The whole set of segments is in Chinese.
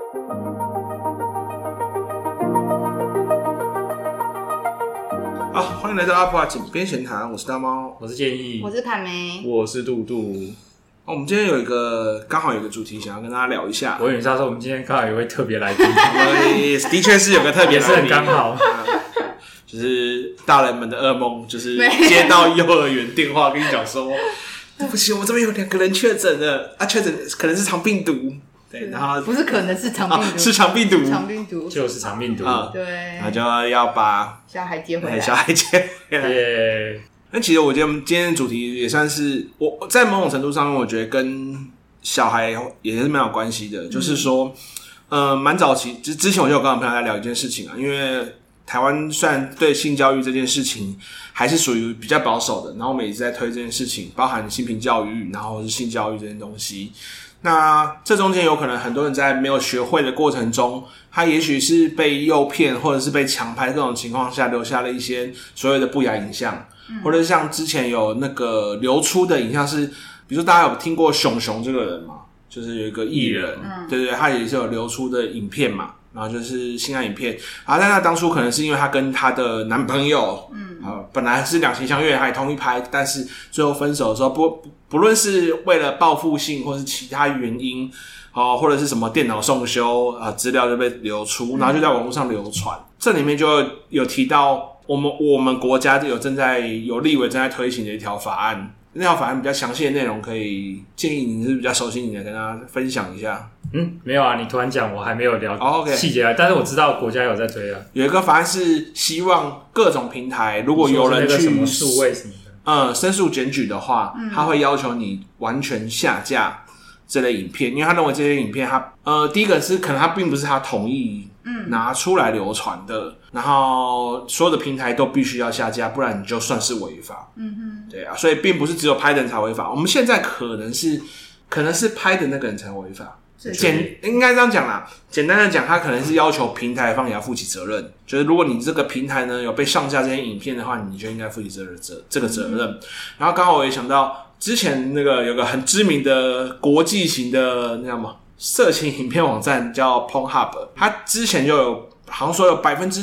好，欢迎来到阿普阿井边闲谈，我是大猫， 我是建议， 我是凯梅， 我是杜杜。 我们今天刚好有一个主题想要跟大家聊一下。 我以为他说我们今天刚好有一位特别来宾， 的确是有个特别来宾， 也是很刚好。 就是大人们的噩梦，就是接到幼儿园电话跟你讲说，对不起，我们这边有2个人确诊了啊，确诊可能是肠病毒。对，然后不是可能是肠病毒， 是肠病毒， 肠病毒就是肠病毒。 对， 然后就要把小孩接回来， 小孩接回来。 耶！ 那其实我觉得我们今天的主题也算是我在某种程度上面，我觉得跟小孩也是蛮有关系的。就是说，蛮早期，之前我就有跟我朋友在聊一件事情啊，因为台湾虽然对性教育这件事情还是属于比较保守的，然后我们也一直在推这件事情，包含性平教育，然后是性教育这件东西。那这中间有可能很多人在没有学会的过程中，他也许是被诱骗或者是被强拍这种情况下留下了一些所谓的不雅影像，或者像之前有那个流出的影像是，比如说大家有听过熊熊这个人吗？就是有一个艺人，对对，他也是有流出的影片嘛，然后就是性爱影片，但他当初可能是因为他跟他的男朋友，本来是两情相悦，还同意拍，但是最后分手的时候，不论是为了报复性或是其他原因，或者是什么电脑送修资料就被流出，然后就在网络上流传。这里面就有提到我们国家有立委正在推行的一条法案。那条法案比较详细的内容，可以建议你是比较熟悉，你来跟大家分享一下。 没有啊，你突然讲我还没有聊细节但是我知道国家有在推啊。 有一个法案是希望各种平台，如果有人去什么数位什么的， 申诉检举的话，他会要求你完全下架这类影片，因为他认为这些影片第一个是可能他并不是他同意拿出来流传的，然后所有的平台都必须要下架，不然你就算是违法。对啊，所以并不是只有拍的人才违法，我们现在可能是拍的那个人才违法。应该这样讲啦，简单的讲，他可能是要求平台方也要负起责任，就是如果你这个平台呢有被上架这些影片的话，你就应该负起这个责任。然后刚好我也想到，之前那个有个很知名的国际型的那叫什么色情影片网站叫 Pornhub， 它之前就有好像说有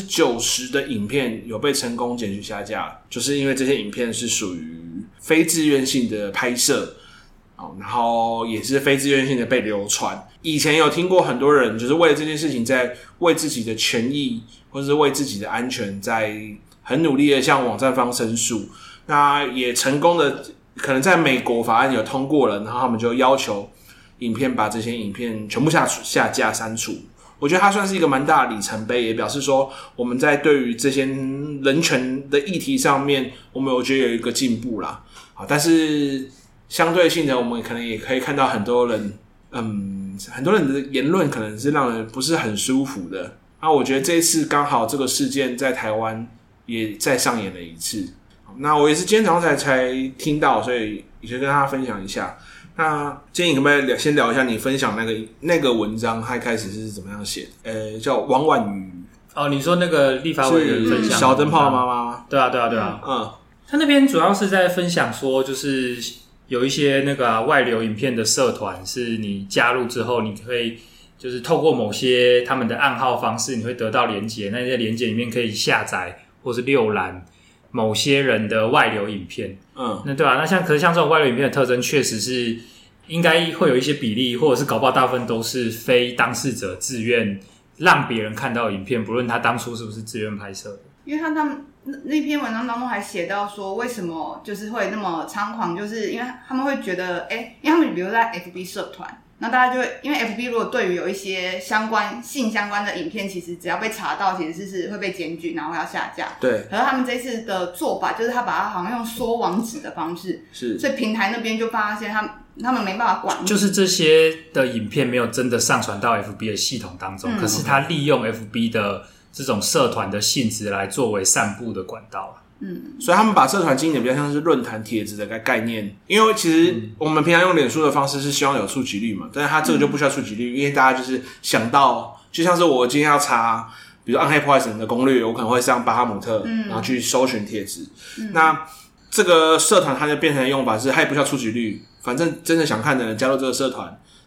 90% 的影片有被成功检举下架，就是因为这些影片是属于非自愿性的拍摄。然后也是非自愿性的被流传。以前有听过很多人就是为了这件事情在为自己的权益或者是为自己的安全在很努力的向网站方申诉，那也成功的可能在美国法案有通过了，然后他们就要求影片把这些影片全部下架删除。我觉得它算是一个蛮大的里程碑，也表示说我们在对于这些人权的议题上面，我觉得有一个进步啦。但是相对性的，我们可能也可以看到很多人的言论可能是让人不是很舒服的。我觉得这一次刚好这个事件在台湾也再上演了一次。那我也是今天早上才听到，所以也就跟大家分享一下。那建议可不可以先聊一下你分享那个文章，它一开始是怎么样写的？叫王婉瑜。 你说那个立法委员分享小灯泡的妈妈？ 对啊。他那边主要是在分享说，就是有一些那个外流影片的社团，是你加入之后，你可以就是透过某些他们的暗号方式，你会得到连结，那些连结里面可以下载或是浏览某些人的外流影片。那对啊，可是像这种外流影片的特征，确实是应该会有一些比例，或者是搞不好大部分都是非当事者自愿让别人看到的影片，不论他当初是不是自愿拍摄的。 因为他们那篇文章当中还写到说，为什么就是会那么猖狂，就是因为他们会觉得，因为他们比如在 FB 社团，那大家就会因为 FB 如果对于有一些性相关的影片，其实只要被查到，其实是会被检举，然后要下架。 对。 可是他们这次的做法，就是他把它好像用缩网址的方式，是，所以平台那边就发现他们没办法管， 就是这些的影片没有真的上传到 FB 的系统当中，可是他利用 FB 的这种社团的性质来作为散布的管道。 所以他们把社团经营的比较像是论坛帖子的概念，因为其实我们平常用脸书的方式是希望有触及率嘛，但是他这个就不需要触及率，因为大家就是想到，就像是我今天要查比如暗黑破坏神的攻略，我可能会上巴哈姆特，然后去搜寻帖子。那这个社团它就变成的用法是，它也不需要触及率，反正真的想看的人加入这个社团，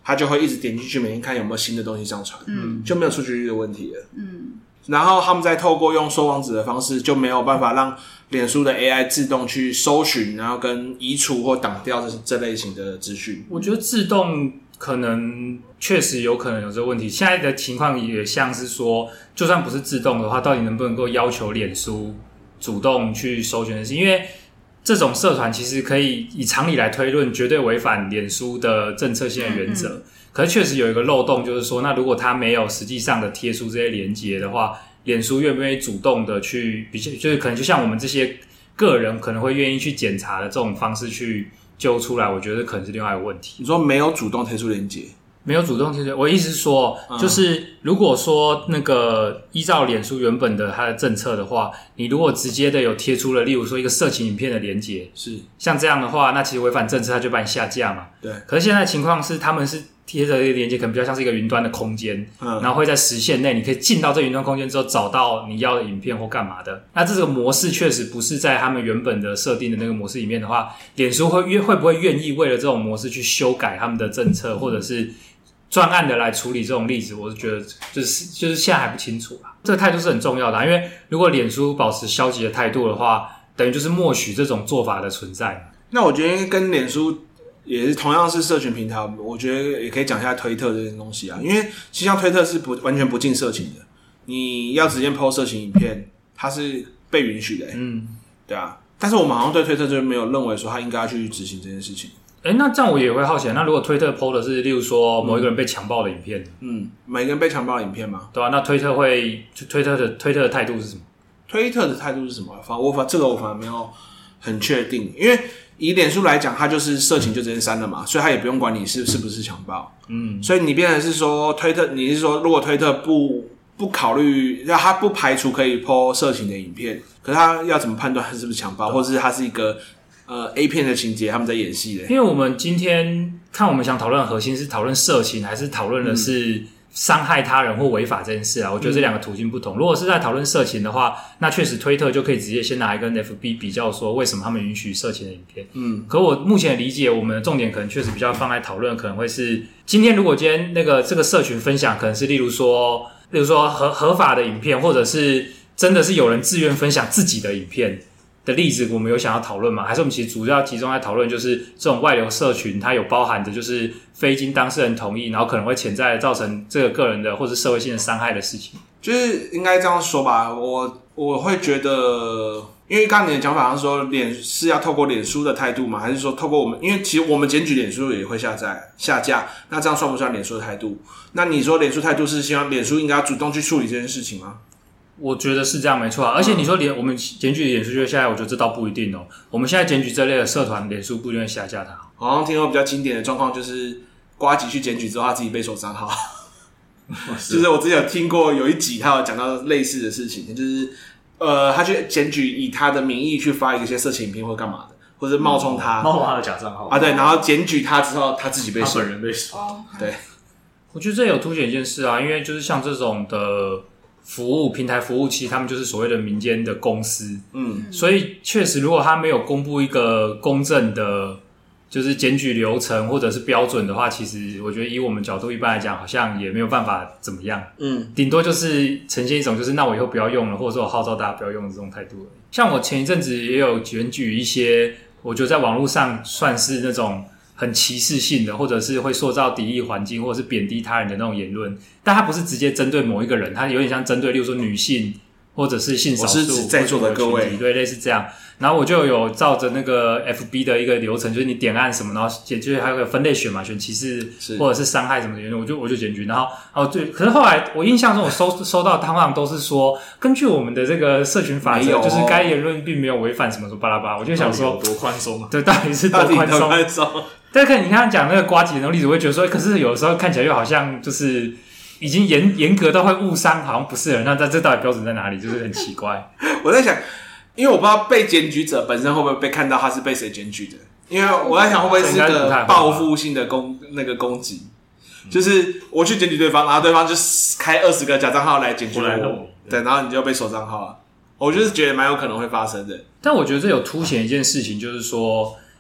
他就会一直点进去，每天看有没有新的东西上传，就没有出局率的问题了。然后他们再透过用收网址的方式，就没有办法让脸书的 AI 自动去搜寻，然后跟移除或挡掉这类型的资讯。 我觉得自动可能确实有可能有这个问题。现在的情况也像是说，就算不是自动的话，到底能不能够要求脸书主动去搜寻的事？因为这种社团其实可以以常理来推论，绝对违反脸书的政策性的原则。可是确实有一个漏洞，就是说，那如果他没有实际上的贴出这些连结的话，脸书愿不愿意主动的去，就是可能就像我们这些个人可能会愿意去检查的这种方式去揪出来，我觉得可能是另外一个问题。 你说没有主动贴出连结？ 没有主动贴出，我意思是说，就是如果说那个依照脸书原本的它的政策的话，你如果直接的有贴出了，例如说一个色情影片的连结， 是像这样的话，那其实违反政策，它就把你下架嘛。 对。 可是现在的情况是，他们是贴的一个连结，可能比较像是一个云端的空间，然后会在时限内，你可以进到这云端空间之后找到你要的影片或干嘛的。那这个模式确实不是在他们原本的设定的那个模式里面的话，脸书会不会愿意为了这种模式去修改他们的政策，或者是专案的来处理这种例子，我是觉得就是现在还不清楚啦。这个态度是很重要的，因为如果脸书保持消极的态度的话，等于就是默许这种做法的存在。 那我觉得跟脸书也是同样是社群平台，我觉得也可以讲一下推特这件东西啊。因为其实像推特是完全不禁色情的，你要直接 po 色情影片，它是被允许的对啊。但是我们好像对推特就没有认为说他应该要去执行这件事情。 那这样我也会好奇，那如果推特 po 的是例如说某一个人被强暴的影片， 每个人被强暴的影片吗？ 对啊，那推特的态度是什么？ 推特的态度是什么？这个我反而没有很确定，因为以脸书来讲，它就是色情就直接删了嘛，所以他也不用管你是不是强暴。所以你变成是说推特，你是说如果推特不考虑，他不排除可以 po 色情的影片，可是他要怎么判断他是不是强暴，或者是他是一个A 片的情节，他们在演戏的。 因为我们今天看我们想讨论的核心是讨论色情，还是讨论的是伤害他人或违法这件事啊？我觉得这两个途径不同。如果是在讨论色情的话，那确实推特就可以直接先拿来跟 FB 比较，说为什么他们允许色情的影片。可我目前的理解，我们的重点可能确实比较放在讨论，可能会是今天这个社群分享，可能是例如说合法的影片，或者是真的是有人自愿分享自己的影片的例子，我们有想要讨论吗？还是我们其实主要集中在讨论就是这种外流社群，它有包含的就是非经当事人同意，然后可能会潜在造成这个个人的或是社会性的伤害的事情。 就是应该这样说吧，我会觉得，因为刚刚你的讲法好像说是要透过脸书的态度嘛，还是说透过我们？因为其实我们检举脸书也会下架，那这样算不算脸书的态度？那你说脸书态度是希望脸书应该要主动去处理这件事情吗？ 我觉得是这样没错而且你说我们检举脸书就会下架，我觉得这倒不一定哦。我们现在检举这类的社团，脸书不一定会下架它。 好像听说比较经典的状况就是呱吉去检举之后，他自己被锁账号。就是我之前有听过有一集他有讲到类似的事情，就是他去检举以他的名义去发一些色情影片或干嘛的，或者冒充他的假账号啊，对，然后检举他之后，他自己被锁， 他本人被锁。 对， 我觉得这有凸显一件事啊，因为就是像这种的平台服务器，他们就是所谓的民间的公司，所以确实如果他没有公布一个公正的就是检举流程或者是标准的话，其实我觉得以我们角度一般来讲好像也没有办法怎么样，顶多就是呈现一种就是那我以后不要用了，或者说我号召大家不要用的这种态度而已。像我前一阵子也有检举一些我觉得在网络上算是那种很歧视性的，或者是会塑造敌意环境，或者是贬低他人的那种言论，但他不是直接针对某一个人，他有点像针对例如说女性或者是性少数， 我是指在座的各位， 对，类似这样。然后我就有照着那个 FB 的一个流程，就是你点按什么，然后就是还有个分类选嘛，选歧视或者是伤害什么的言论，我就检举。然后对，可是后来我印象中我收到通常都是说，根据我们的这个社群法则，就是该言论并没有违反什么什么巴拉巴拉。我就想说多宽松， 对，到底是多宽松？但是你看讲那个呱吉的那种例子，我会觉得说，可是有的时候看起来又好像就是已经严格到会误伤，好像不是人。那这到底标准在哪里？就是很奇怪。 我在想，因为我不知道被检举者本身会不会被看到他是被谁检举的，因为我在想会不会是个报复性的攻击，就是我去检举对方，然后对方就开20个假账号来检举我，对，然后你就被锁账号了。我就是觉得蛮有可能会发生的。 但我觉得这有凸显一件事情，就是说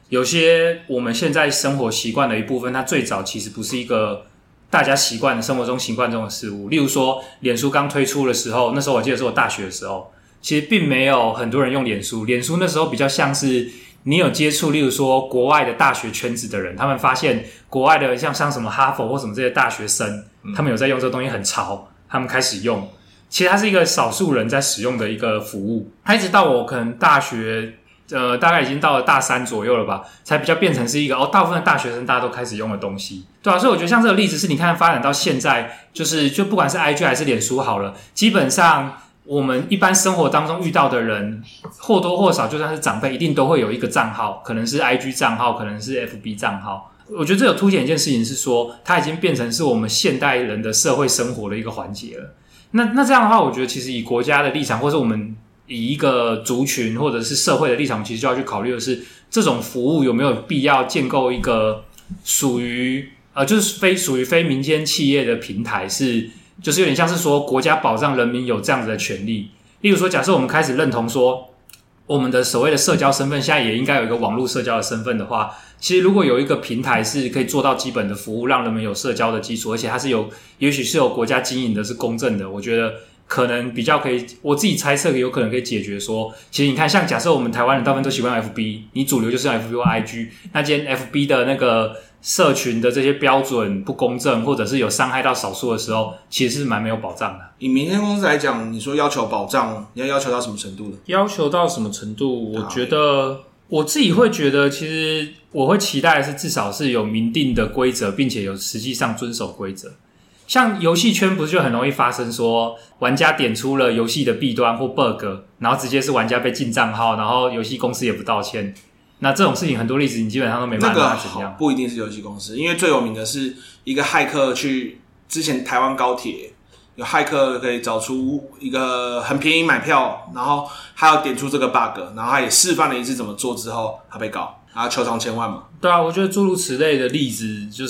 有些我们现在生活习惯的一部分，它最早其实不是一个大家习惯生活中习惯中的事物。例如说，脸书刚推出的时候，那时候我记得是我大学的时候，其实并没有很多人用脸书。脸书那时候比较像是你有接触，例如说国外的大学圈子的人，他们发现国外的像什么哈佛或什么这些大学生，他们有在用这个东西很潮，他们开始用。其实它是一个少数人在使用的一个服务。它一直到我可能大学大概已经到了大3左右了吧，才比较变成是一个大部分的大学生大家都开始用的东西，对啊。所以我觉得像这个例子是你看发展到现在，就不管是 IG 还是脸书好了，基本上我们一般生活当中遇到的人或多或少，就算是长辈，一定都会有一个账号，可能是 IG 账号，可能是 FB 账号。我觉得这有凸显一件事情是说，它已经变成是我们现代人的社会生活的一个环节了。那这样的话，我觉得其实以国家的立场，或是我们以一个族群或者是社会的立场，其实就要去考虑的是，这种服务有没有必要建构一个属于就是属于非民间企业的平台，就是有点像是说国家保障人民有这样子的权利。例如说，假设我们开始认同说，我们的所谓的社交身份现在也应该有一个网络社交的身份的话，其实如果有一个平台是可以做到基本的服务，让人们有社交的基础，而且它是也许是由国家经营的，是公正的，我觉得可能比较可以，我自己猜测有可能可以解决说，其实你看，像假设我们台湾人大部分都习惯 FB， 你主流就是用 FB 或 IG， 那今天 FB 的那个社群的这些标准不公正，或者是有伤害到少数的时候，其实是蛮没有保障的。 以民间公司来讲，你说要求保障，你要求到什么程度呢？ 要求到什么程度？我觉得我自己会觉得，其实我会期待的是至少是有明定的规则，并且有实际上遵守规则。像游戏圈不是就很容易发生说，玩家点出了游戏的弊端或 bug， 然后直接是玩家被禁账号，然后游戏公司也不道歉。那这种事情很多例子你基本上都没办法怎样。 不一定是游戏公司，因为最有名的是一个骇客去之前台湾高铁有骇客可以找出一个很便宜买票，然后他要点出这个 bug， 然后他也示范了一次怎么做之后，他被告，然后求偿1000万嘛。 对啊，我觉得诸如此类的例子就是。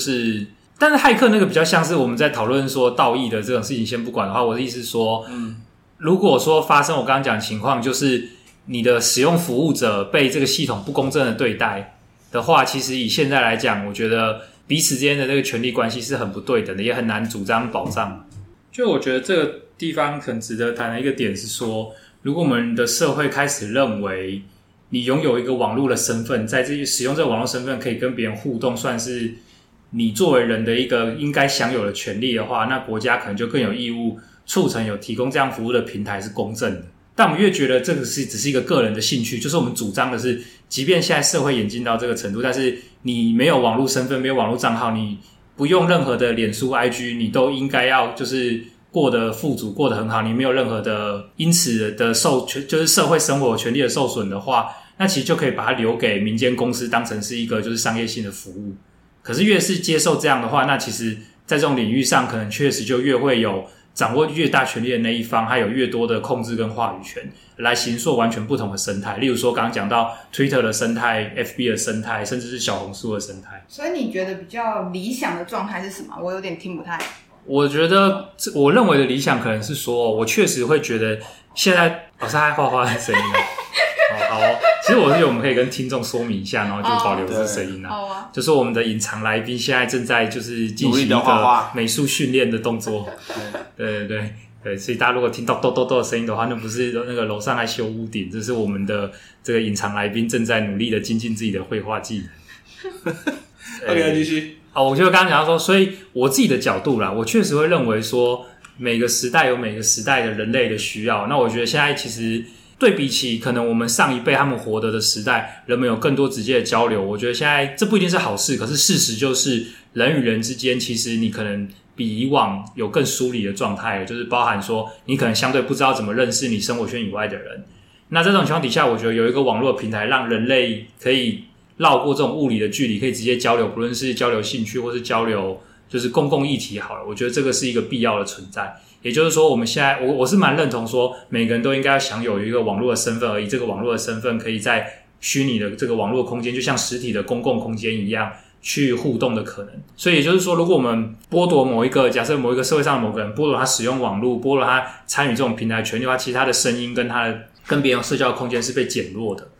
但是骇客那个比较像是我们在讨论说道义的这种事情先不管的话，我的意思是说，如果说发生我刚刚讲的情况，就是你的使用服务者被这个系统不公正的对待的话，其实以现在来讲，我觉得彼此之间的这个权利关系是很不对等的，也很难主张保障。就我觉得这个地方很值得谈的一个点是说，如果我们的社会开始认为你拥有一个网络的身份，在这使用这个网络身份可以跟别人互动，算是你作为人的一个应该享有的权利的话，那国家可能就更有义务促成有提供这样服务的平台是公正的。但我们越觉得这个只是一个个人的兴趣，就是我们主张的是，即便现在社会演进到这个程度，但是你没有网络身份，没有网络账号，你不用任何的脸书 IG， 你都应该要就是过得富足，过得很好，你没有任何的因此的就是社会生活权利的受损的话，那其实就可以把它留给民间公司当成是一个就是商业性的服务。可是越是接受这样的话，那其实在这种领域上可能确实就越会有掌握越大权力的那一方，还有越多的控制跟话语权来形塑完全不同的生态。例如说刚刚讲到 Twitter 的生态， FB 的生态，甚至是小红书的生态。 所以你觉得比较理想的状态是什么？我有点听不太。 我觉得我认为的理想可能是说，我确实会觉得现在老师还画画的声音好哦，其实我觉得我们可以跟听众说明一下，然后就保留这声音就是我们的隐藏来宾现在正在就是进行一个美术训练的动作。对，所以大家如果听到咚咚咚的声音的话，那不是那个楼上在修屋顶，这是我们的这个隐藏来宾正在努力的精进自己的绘画技能。 OK， 继续。 我就刚刚讲到说，所以我自己的角度啦，我确实会认为说，每个时代有每个时代的人类的需要。那我觉得现在其实对比起可能我们上一辈他们活得的时代，人们有更多直接的交流。我觉得现在这不一定是好事，可是事实就是人与人之间，其实你可能比以往有更疏离的状态，就是包含说你可能相对不知道怎么认识你生活圈以外的人。那这种情况底下，我觉得有一个网络平台，让人类可以绕过这种物理的距离，可以直接交流，不论是交流兴趣或是交流就是公共议题好了，我觉得这个是一个必要的存在。也就是说，我们现在我是蛮认同说，每个人都应该要享有一个网络的身份，而以这个网络的身份可以在虚拟的这个网络空间，就像实体的公共空间一样去互动的可能。所以也就是说，如果我们剥夺假设某一个社会上的某个人剥夺他使用网络，剥夺他参与这种平台的权利的话，其实他的声音跟他的跟别人社交的空间是被减弱的。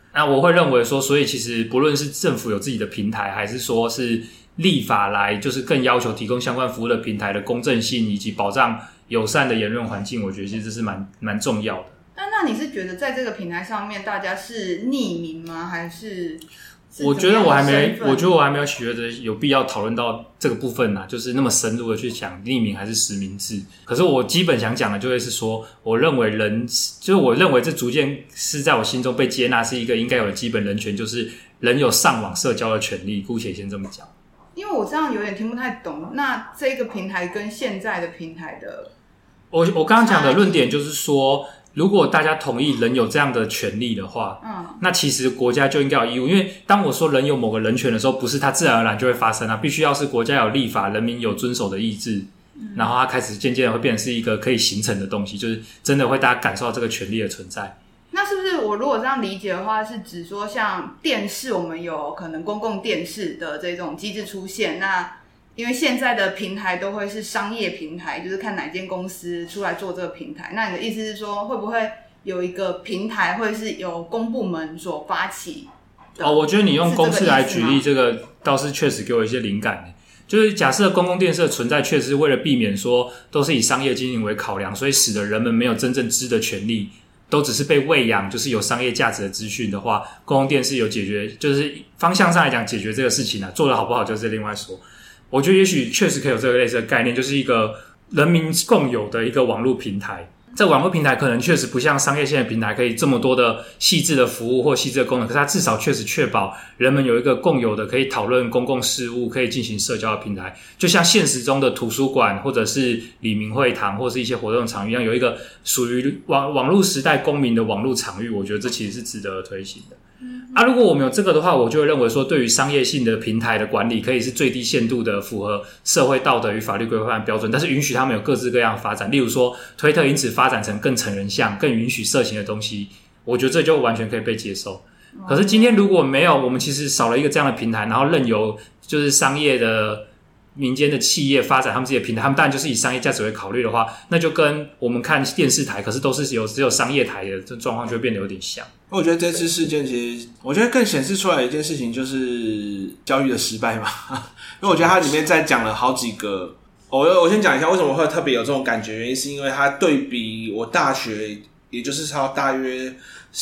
那我会认为说，所以其实不论是政府有自己的平台，还是说是立法来就是更要求提供相关服务的平台的公正性以及保障友善的言论环境，我觉得其实这是蛮重要的。 那你是觉得在这个平台上面，大家是匿名吗？还是？ 我觉得我还没有觉得有必要讨论到这个部分啊，就是那么深入的去讲匿名还是实名制。可是我基本想讲的就会是说，我认为这逐渐是在我心中被接纳，是一个应该有的基本人权，就是人有上网社交的权利。姑且先这么讲。 因为我这样有点听不太懂，那这个平台跟现在的平台的， 我刚刚讲的论点就是说，如果大家同意人有这样的权利的话，那其实国家就应该有义务。因为当我说人有某个人权的时候，不是它自然而然就会发生啊，必须要是国家有立法，人民有遵守的意志，然后它开始渐渐的会变成是一个可以形成的东西，就是真的会大家感受到这个权利的存在。 那是不是我如果这样理解的话，是指说像电视，我们有可能公共电视的这种机制出现，那因为现在的平台都会是商业平台，就是看哪间公司出来做这个平台。那你的意思是说，会不会有一个平台会是由公部门所发起的？ 我觉得你用公司来举例，这个倒是确实给我一些灵感。就是假设公共电视的存在确实是为了避免说都是以商业经营为考量，所以使得人们没有真正知的权利，都只是被喂养就是有商业价值的资讯的话，公共电视有解决，就是方向上来讲解决这个事情做得好不好就是另外说。我觉得也许确实可以有这个类似的概念，就是一个人民共有的一个网络平台。这网络平台可能确实不像商业性的平台可以这么多的细致的服务或细致的功能，可是它至少确实确保人们有一个共有的可以讨论公共事务、可以进行社交的平台，就像现实中的图书馆或者是李明会堂或是一些活动场域一样，有一个属于网络时代公民的网络场域。我觉得这其实是值得推行的。如果我们有这个的话，我就会认为说，对于商业性的平台的管理，可以是最低限度的符合社会道德与法律规范的标准，但是允许他们有各式各样的发展。例如说，推特因此发展成更成人向、更允许色情的东西，我觉得这就完全可以被接受。可是今天如果没有，我们其实少了一个这样的平台，然后任由就是商业的民间的企业发展他们自己的平台，他们当然就是以商业价值为考虑的话，那就跟我们看电视台可是都是只有商业台的这状况就会变得有点像。 我觉得这次事件其实我觉得更显示出来一件事情，就是教育的失败嘛。因为我觉得它里面在讲了好几个，我先讲一下为什么会特别有这种感觉，原因是因为它对比我大学，也就是大约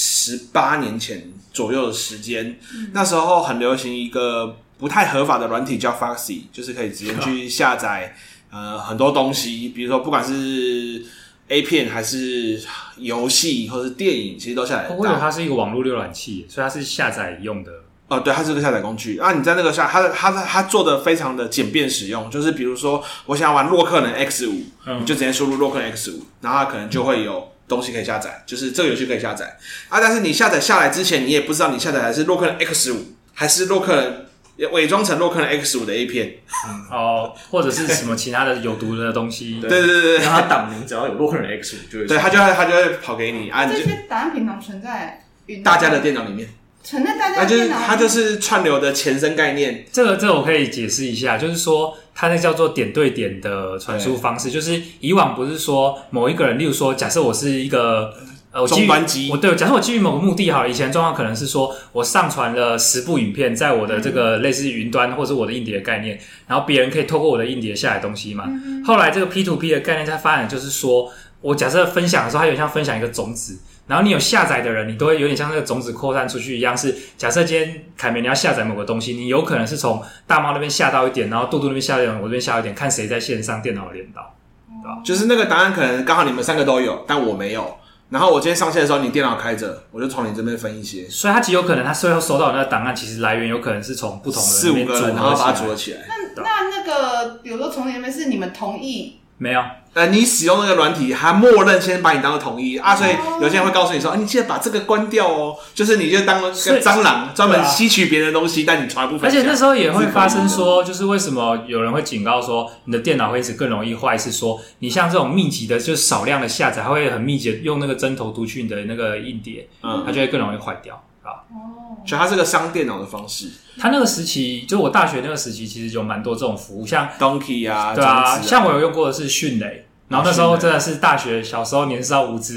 18年前左右的时间，那时候很流行一个不太合法的软体叫 Foxy， 就是可以直接去下载很多东西，比如说不管是 A 片还是游戏或是电影，其实都下载得到。 我以为它是一个网络浏览器，所以它是下载用的。 对，它是个下载工具。你在那个它做的非常的简便使用，就是比如说我想要玩洛克人 X5，你就直接输入洛克人 X5，然后它可能就会有东西可以下载，就是这个游戏可以下载但是你下载下来之前，你也不知道你下载的是洛克人 X5 还是洛克人伪装成洛克人 X5 的 A 片， 或者是什么其他的有毒的东西。 对， 然后它档名只要有洛克人 X5 就会， 对，它就会跑给你这些档案平常存在大家的电脑里面。 存在大家的电脑里面， 它就是串流的前身概念。 这个我可以解释一下，就是说它那叫做点对点的传输方式，就是以往不是说某一个人，例如说假设我是一个终端机， 假设我基于某个目的好了，以前状况可能是说我上传了10部影片在我的这个类似云端或者我的硬碟的概念，然后别人可以透过我的硬碟下载东西嘛。后来这个 P2P 的概念它发展就是说，我假设分享的时候，它有点像分享一个种子，然后你有下载的人，你都会有点像那个种子扩散出去一样，是假设今天凯美你要下载某个东西，你有可能是从大猫那边下到一点，然后杜杜那边下到一点，我这边下到一点，看谁在线上电脑连到，对吧？ 就是那个答案可能刚好你们3个都有，但我没有。然后我今天上线的时候，你电脑开着，我就从你这边分一些。 所以它极有可能，它最后收到的那个档案，其实来源有可能是从不同的人那边 4-5个人，然后把它组合起来。 那个，比如说从你那边是你们同意？ 没有。 你使用那个软体，它默认先把你当做同意所以有些人会告诉你说，你记得把这个关掉哦，就是你就当个蟑螂，专门吸取别人的东西，但你从来不分享。 而且那时候也会发生说，就是为什么有人会警告说，你的电脑会一直更容易坏，是说你像这种密集的，就是少量的下载，它会很密集的用那个针头读取你的那个硬碟，它就会更容易坏掉。 所以它是个伤电脑的方式。 它那个时期，就我大学那个时期，其实有蛮多这种服务，像 Donkey 对啊，像我有用过的是迅雷，然后那时候真的是大学小时候年少无知，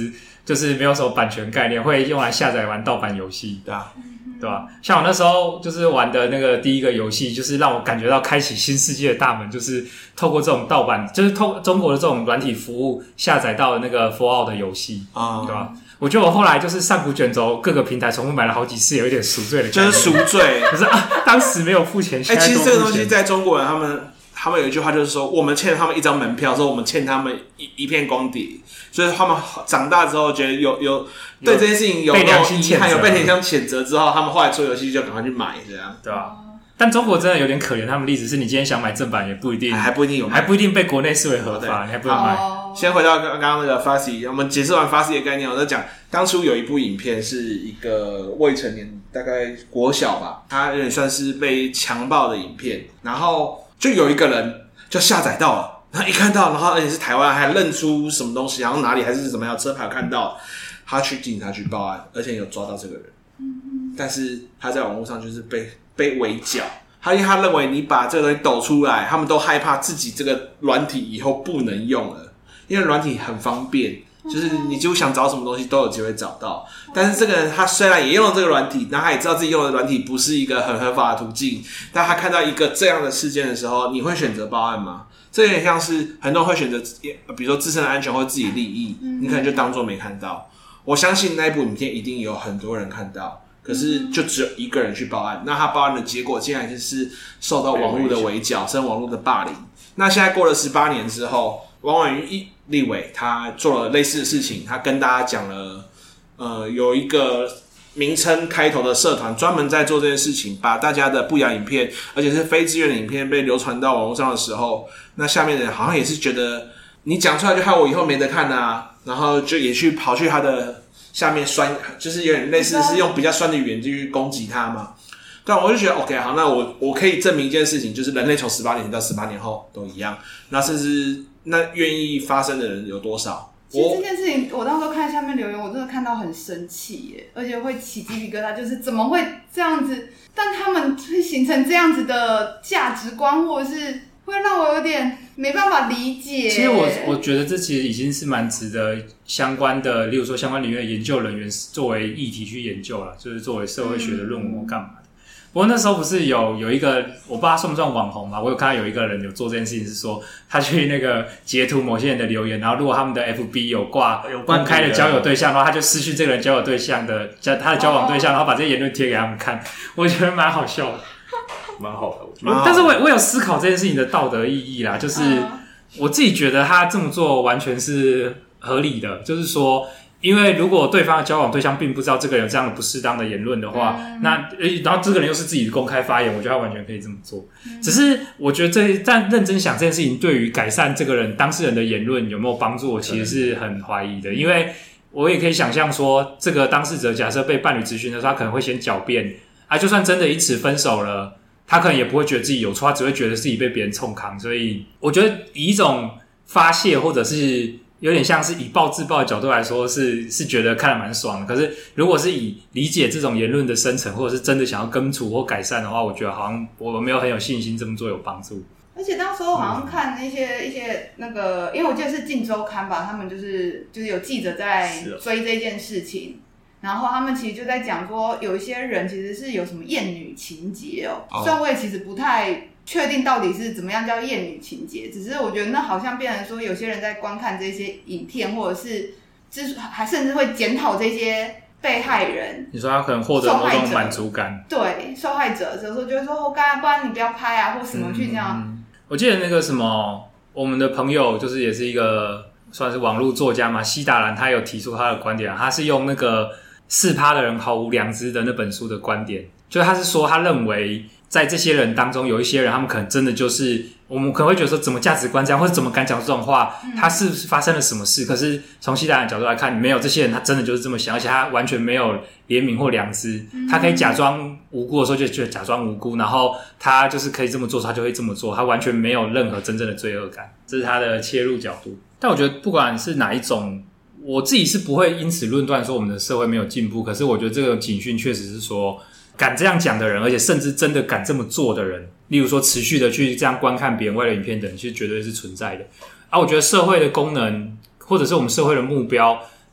就是没有什么版权概念，会用来下载玩盗版游戏， 对啊， 对吧？像我那时候就是玩的那个第一个游戏，就是让我感觉到开启新世界的大门，就是透过这种盗版，就是中国的这种软体服务下载到的那个 Fallout 的游戏，对吧？我觉得我后来就是上古卷轴各个平台重复买了好几次，有一点赎罪的感觉， 就是赎罪。 可是当时没有付钱，现在其实这个东西钱在中国人他们有一句话就是说，我们欠他们一张门票，说我们欠他们一片光碟，所以他们长大之后觉得有对这件事情有遗憾，有被良心谴责之后，他们后来做游戏就赶快去买，这样对吧？但中国真的有点可怜，他们例子是你今天想买正版也不一定， 还不一定有， 还不一定被国内视为合法，你还不能买。 先回到刚刚那个 Fuzzy， 我们解释完 Fuzzy 的概念，我在讲当初有一部影片是一个未成年，大概国小吧，他有点算是被强暴的影片，然后就有一个人就下载到了，然后一看到，然后而且是台湾，还认出什么东西，好像哪里还是怎么样，车牌有看到，他去警察局报案，而且有抓到这个人，但是他在网络上就是被围剿。因为他认为你把这个东西抖出来，他们都害怕自己这个软体以后不能用了，因为软体很方便，就是你就想找什么东西都有机会找到。但是这个人他虽然也用了这个软体，那他也知道自己用的软体不是一个很合法的途径，但他看到一个这样的事件的时候，你会选择报案吗？这有点像是很多人会选择，比如说自身的安全或自己利益，你可能就当作没看到。我相信那一部影片一定有很多人看到。可是就只有一个人去报案，那他报案的结果竟然就是受到网络的围剿，甚至网络的霸凌。那现在过了18年之后，王婉瑜立委他做了类似的事情，他跟大家讲了，有一个名称开头的社团专门在做这件事情，把大家的不雅影片，而且是非自愿的影片被流传到网络上的时候，那下面的人好像也是觉得你讲出来就害我以后没得看啊，然后就也跑去他的下面酸，就是有点类似是用比较酸的语言去攻击他嘛。但我就觉得 OK 好，那我可以证明一件事情，就是人类从18年前到18年后都一样，那甚至那愿意发生的人有多少？ 其实这件事情，我当时看下面留言，我真的看到很生气耶，而且会起鸡皮疙瘩，就是怎么会这样子？但他们会形成这样子的价值观，或者是会让我有点没办法理解。 其实我觉得这其实已经是蛮值得相关的，例如说相关领域的研究人员作为议题去研究了，就是作为社会学的论文或干嘛的。不过那时候不是有一个，我不知道他算不算网红嘛？我有看到有一个人有做这件事情，是说他去那个截图某些人的留言，然后如果他们的 FB 有挂公开的交友对象，然后他就失去这个人交友对象的他的交往对象，然后把这些言论贴给他们看，我觉得蛮好笑的。 蛮好的，我觉得。 但是我有思考这件事情的道德意义啦，就是我自己觉得他这么做完全是合理的，就是说，因为如果对方的交往对象并不知道这个人有这样的不适当的言论的话，那然后这个人又是自己的公开发言，我觉得他完全可以这么做。只是我觉得但认真想这件事情对于改善这个人当事人的言论有没有帮助，我其实是很怀疑的，因为我也可以想象说，这个当事者假设被伴侣咨询的时候，他可能会先狡辩啊，就算真的因此分手了。他可能也不会觉得自己有错，他只会觉得自己被别人冲扛，所以我觉得以一种发泄或者是有点像是以暴制暴的角度来说，是觉得看得蛮爽的。可是如果是以理解这种言论的深层，或者是真的想要根除或改善的话，我觉得好像我没有很有信心这么做有帮助。 而且当时我好像看一些那个，因为我记得是《镜周刊》吧，他们就是有记者在追这件事情。然后他们其实就在讲说，有一些人其实是有什么厌女情节虽然我也其实不太确定到底是怎么样叫厌女情节，只是我觉得那好像变成说，有些人在观看这些影片，或者是还甚至会检讨这些被害人。 你说他可能获得某种满足感， 对受害者，有时候就会说，不然你不要拍啊，或什么去这样。 我记得那个什么，我们的朋友就是也是一个算是网络作家嘛，西达兰，他有提出他的观点，他是用那个。4% 的人毫无良知的那本书的观点，就是他是说，他认为在这些人当中，有一些人他们可能真的就是我们可能会觉得说，怎么价值观这样，或者怎么敢讲这种话，他是发生了什么事？可是从西达人的角度来看，没有，这些人他真的就是这么想，而且他完全没有怜悯或良知，他可以假装无辜的时候就觉得假装无辜，然后他就是可以这么做，他就会这么做，他完全没有任何真正的罪恶感，这是他的切入角度。但我觉得不管是哪一种。我自己是不会因此论断说我们的社会没有进步，可是我觉得这个警讯确实是说，敢这样讲的人，而且甚至真的敢这么做的人，例如说持续的去这样观看别人外流影片的人，其实绝对是存在的。我觉得社会的功能，或者是我们社会的目标，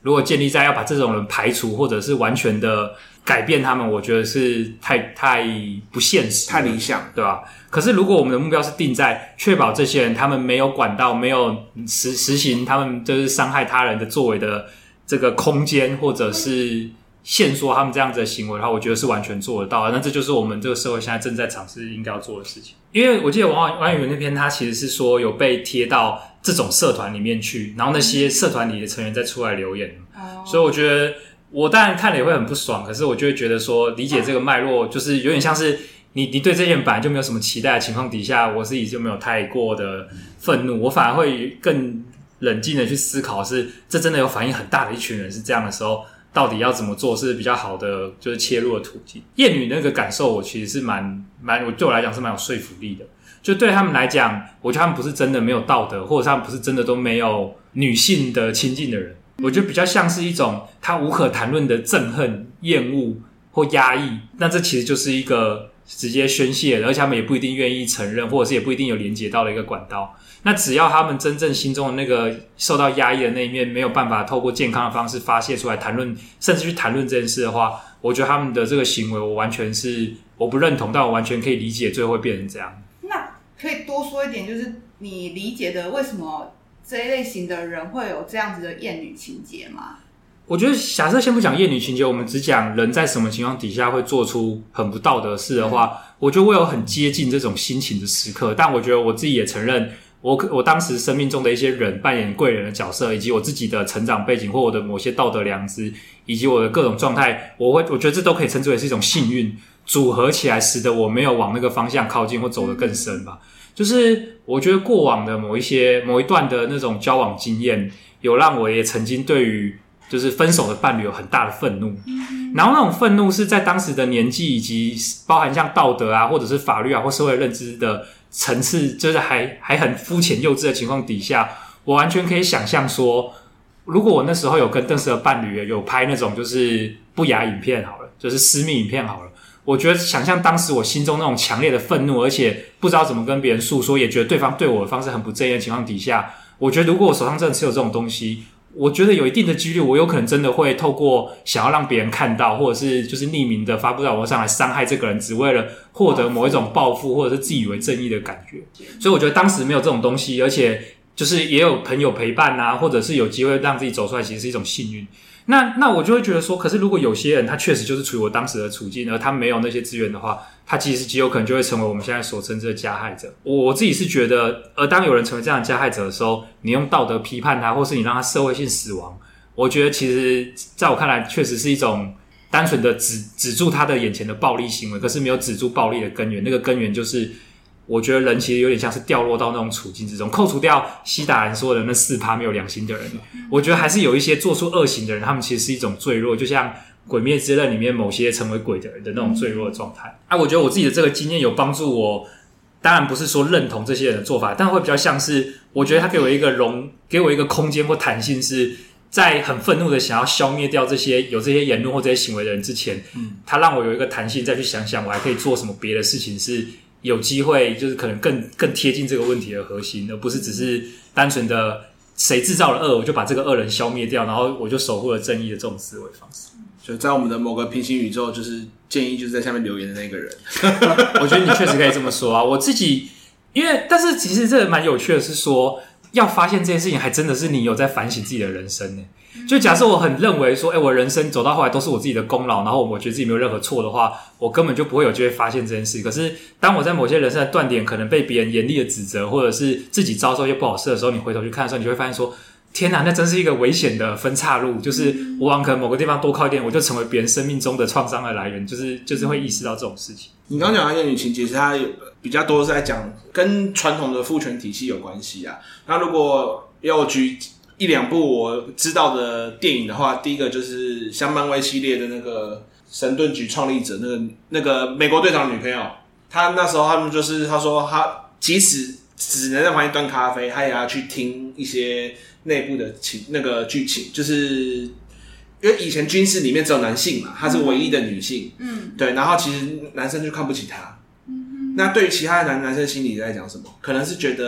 如果建立在要把这种人排除，或者是完全的改变他们，我觉得是太不现实， 太理想， 对吧？可是如果我们的目标是定在确保这些人他们没有管道，没有实行他们就是伤害他人的作为的这个空间，或者是限缩他们这样子的行为的话，我觉得是完全做得到的。那这就是我们这个社会现在正在尝试应该要做的事情。因为我记得王婉瑜那篇，他其实是说有被贴到这种社团里面去，然后那些社团里的成员再出来留言，所以我觉得我当然看了也会很不爽，可是我就会觉得说理解这个脉络，就是有点像是你对这些人本来就没有什么期待的情况底下，我自己就没有太过的愤怒，我反而会更冷静的去思考，是这真的有反应很大的一群人是这样的时候，到底要怎么做是比较好的，就是切入的途径。厌女那个感受，我其实是对我来讲是蛮有说服力的。就对他们来讲，我觉得他们不是真的没有道德，或者他们不是真的都没有女性的亲近的人。我觉得比较像是一种他无可谈论的憎恨、厌恶或压抑。那这其实就是一个直接宣泄的，而且他们也不一定愿意承认，或者是也不一定有连结到的一个管道。那只要他们真正心中的那个受到压抑的那一面没有办法透过健康的方式发泄出来谈论，甚至去谈论这件事的话，我觉得他们的这个行为我完全是我不认同，但我完全可以理解最后会变成这样。 那可以多说一点，就是你理解的为什么这一类型的人会有这样子的厌女情节吗？ 我觉得假设先不讲厌女情节，我们只讲人在什么情况底下会做出很不道德的事的话，我觉得我有很接近这种心情的时刻，但我觉得我自己也承认我当时生命中的一些人扮演贵人的角色，以及我自己的成长背景或我的某些道德良知，以及我的各种状态，我觉得这都可以称之为是一种幸运组合起来，使得我没有往那个方向靠近或走得更深吧。就是我觉得过往的某一段的那种交往经验，有让我也曾经对于就是分手的伴侣有很大的愤怒，然后那种愤怒是在当时的年纪以及包含像道德啊或者是法律啊或社会认知的层次，就是还很肤浅幼稚的情况底下，我完全可以想象说，如果我那时候有跟当时的伴侣有拍那种就是不雅影片好了，就是私密影片好了，我觉得想象当时我心中那种强烈的愤怒，而且不知道怎么跟别人诉说，也觉得对方对我的方式很不正义的情况底下，我觉得如果我手上真的持有这种东西，我觉得有一定的几率，我有可能真的会透过想要让别人看到，或者是就是匿名的发布在网络上来伤害这个人，只为了获得某一种报复，或者是自以为正义的感觉。所以我觉得当时没有这种东西，而且就是也有朋友陪伴啊，或者是有机会让自己走出来，其实是一种幸运。那我就会觉得说，可是如果有些人他确实就是处于我当时的处境，而他没有那些资源的话，他其实极有可能就会成为我们现在所称之的加害者。我自己是觉得，而当有人成为这样的加害者的时候，你用道德批判他，或是你让他社会性死亡，我觉得其实在我看来确实是一种单纯的止住他的眼前的暴力行为，可是没有止住暴力的根源。那个根源就是我觉得人其实有点像是掉落到那种处境之中，扣除掉西达人说的那 4% 没有良心的人，我觉得还是有一些做出恶行的人，他们其实是一种坠落，就像《鬼灭之刃》里面某些成为鬼的人的那种坠落的状态。我觉得我自己的这个经验有帮助我，当然不是说认同这些人的做法，但会比较像是我觉得他给我一个空间或弹性，是在很愤怒的想要消灭掉这些有这些言论或这些行为的人之前，他让我有一个弹性再去想想我还可以做什么别的事情，是有机会就是可能更贴近这个问题的核心，而不是只是单纯的谁制造了恶我就把这个恶人消灭掉，然后我就守护了正义的这种思维方式。 就在我们的某个平行宇宙，就是建议就是在下面留言的那个人。 我觉得你确实可以这么说啊。我自己但是其实这蛮有趣的是说，要发现这件事情还真的是你有在反省自己的人生呢。就假设我很认为说我人生走到后来都是我自己的功劳，然后我觉得自己没有任何错的话，我根本就不会有机会发现这件事。可是当我在某些人生的断点可能被别人严厉的指责，或者是自己遭受一些不好事的时候，你回头去看的时候，你就会发现说，天哪，那真是一个危险的分岔路，就是我往可能某个地方多靠一点，我就成为别人生命中的创伤的来源，就是会意识到这种事情。 你刚刚讲的厌女情节，其实它比较多是在讲跟传统的父权体系有关系啊。那如果要我举一两部我知道的电影的话，第一个就是像漫威系列的那个神盾局创立者那个美国队长的女朋友，他那时候他们就是他说他即使只能在旁边端咖啡，他也要去听一些内部的那个剧情，就是因为以前军事里面只有男性嘛，她是唯一的女性，对，然后其实男生就看不起她，那对于其他的男生心里在讲什么？可能是觉得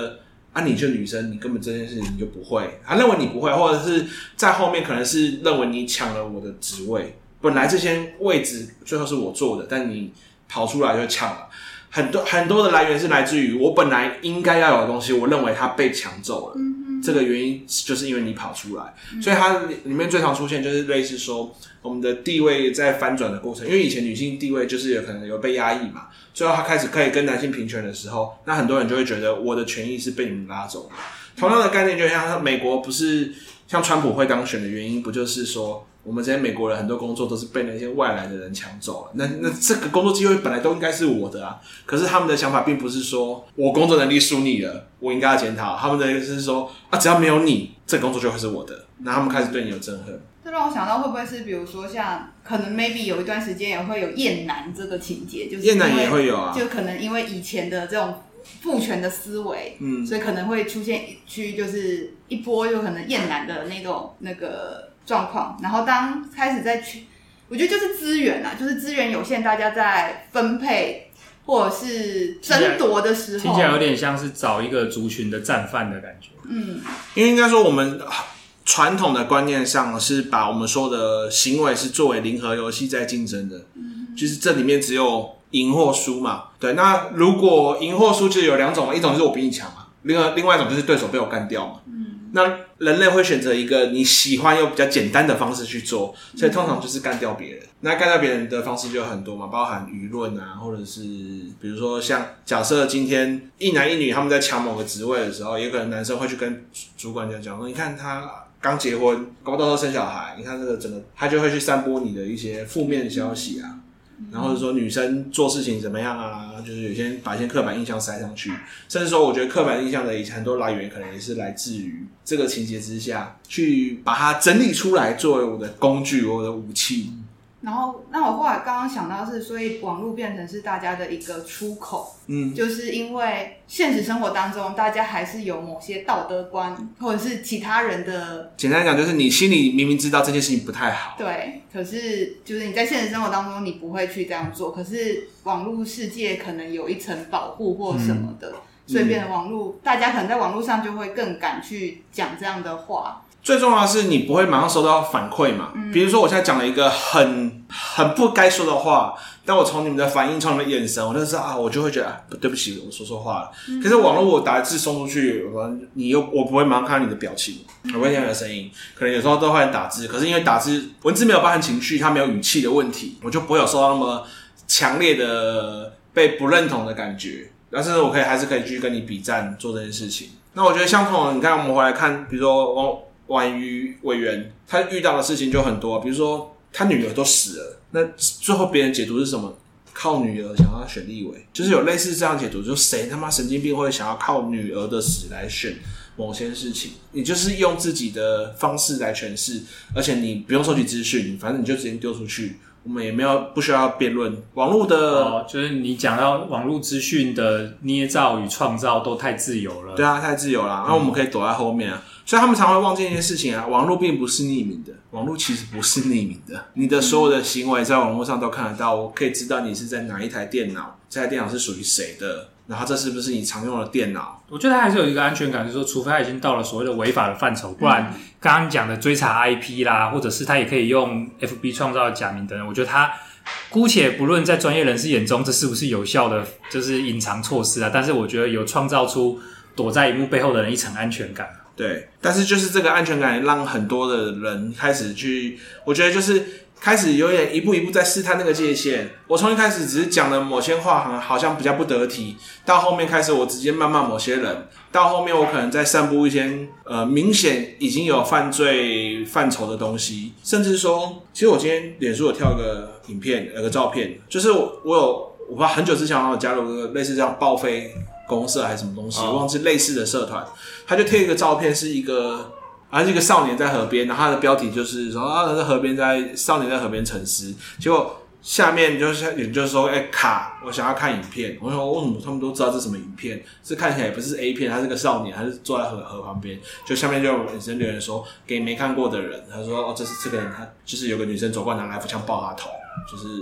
啊，你就女生，你根本这件事情你就不会，他认为你不会，或者是在后面可能是认为你抢了我的职位，本来这些位置最后是我做的，但你跑出来就抢了。很多的来源是来自于我本来应该要有的东西，我认为它被抢走了。这个原因就是因为你跑出来，所以它里面最常出现就是类似说我们的地位在翻转的过程，因为以前女性地位就是有可能有被压抑嘛，最后她开始可以跟男性平权的时候，那很多人就会觉得我的权益是被你们拉走的。同样的概念就像美国不是像川普会当选的原因，不就是说我们这些美国人很多工作都是被那些外来的人抢走了，那这个工作机会本来都应该是我的啊，可是他们的想法并不是说我工作能力输你了，我应该要检讨，他们的意思是说啊，只要没有你，这个工作就会是我的，那他们开始对你有憎恨。 这让我想到会不会是比如说像可能 maybe 有一段时间也会有厌男这个情节，就是厌男也会有啊， 就可能因为以前的这种父权的思维，所以可能会出现一区就是一波就可能厌男的那个状况，然后当开始我觉得就是资源啊，就是资源有限，大家在分配或者是争夺的时候， 听起来有点像是找一个族群的战犯的感觉。 因为应该说我们传统的观念上是把我们说的行为是作为零和游戏在竞争的，就是这里面只有赢或输嘛。对，那如果赢或输就有两种嘛，一种就是我比你强嘛，另外一种就是对手被我干掉嘛。那人类会选择一个你喜欢又比较简单的方式去做，所以通常就是干掉别人。那干掉别人的方式就有很多嘛，包含舆论啊，或者是比如说像假设今天一男一女他们在抢某个职位的时候，也可能男生会去跟主管讲说，你看他刚结婚，搞不好到时候生小孩，你看这个整个他就会去散播你的一些负面的消息啊。然后说女生做事情怎么样啊，就是有些把一些刻板印象塞上去，甚至说我觉得刻板印象的很多来源可能也是来自于这个情节之下去把它整理出来作为我的工具，我的武器。 然后那我后来刚刚想到是，所以网络变成是大家的一个出口，就是因为现实生活当中大家还是有某些道德观或者是其他人的， 简单讲就是你心里明明知道这件事情不太好， 对，可是就是你在现实生活当中你不会去这样做，可是网络世界可能有一层保护或什么的，所以变成网络，大家可能在网络上就会更敢去讲这样的话。 最重要的是你不会马上收到反馈嘛，比如说我现在讲了一个很不该说的话，但我从你们的反应，从你们的眼神，我就知道我就会觉得对不起，我说错话了。可是网络我打字送出去，我不会马上看到你的表情，我不会听到你的声音，可能有时候都会打字，可是因为打字文字没有包含情绪，它没有语气的问题，我就不会有收到那么强烈的被不认同的感觉。但是我还是可以继续跟你比战做这件事情。那我觉得相同，你看我们回来看，比如说婉瑜委员他遇到的事情就很多，比如说他女儿都死了，那最后别人解读是什么？靠女儿想要选立委，就是有类似这样解读，就谁他妈神经病会想要靠女儿的死来选某些事情？你就是用自己的方式来诠释，而且你不用收集资讯，反正你就直接丢出去。我们也不需要辩论网络的， 就是你讲到网络资讯的捏造与创造都太自由了。 对啊，太自由了，然后我们可以躲在后面啊。所以他们常会忘记一件事情啊，网络并不是匿名的，网络其实不是匿名的，你的所有的行为在网络上都看得到，我可以知道你是在哪一台电脑，这台电脑是属于谁的，然后这是不是你常用的电脑。 我觉得它还是有一个安全感，就是说除非它已经到了所谓的违法的范畴，不然刚刚讲的追查 IP 啦，或者是它也可以用 FB 创造的假名等等，我觉得它姑且不论在专业人士眼中这是不是有效的就是隐藏措施啊，但是我觉得有创造出躲在荧幕背后的人一层安全感。 对，但是就是这个安全感让很多的人开始去，我觉得就是开始有点一步一步在试探那个界限。我从一开始只是讲了某些话好像比较不得体，到后面开始我直接谩骂某些人，到后面我可能在散布一些明显已经有犯罪范畴的东西，甚至说，其实我今天脸书有跳一个影片，有个照片，就是我不知道很久之前我加入一个类似这样报废公社还是什么东西，我忘记类似的社团，他就贴一个照片，是一个少年在河边，然后他的标题就是说他在河边少年在河边沉思，结果下面就是说卡，我想要看影片，我说为什么他们都知道这是什么影片？这看起来也不是 A 片，他是个少年，他是坐在河旁边，就下面就有女生留言说给没看过的人，他说这个人他就是有个女生走过来拿来福枪爆他头，就是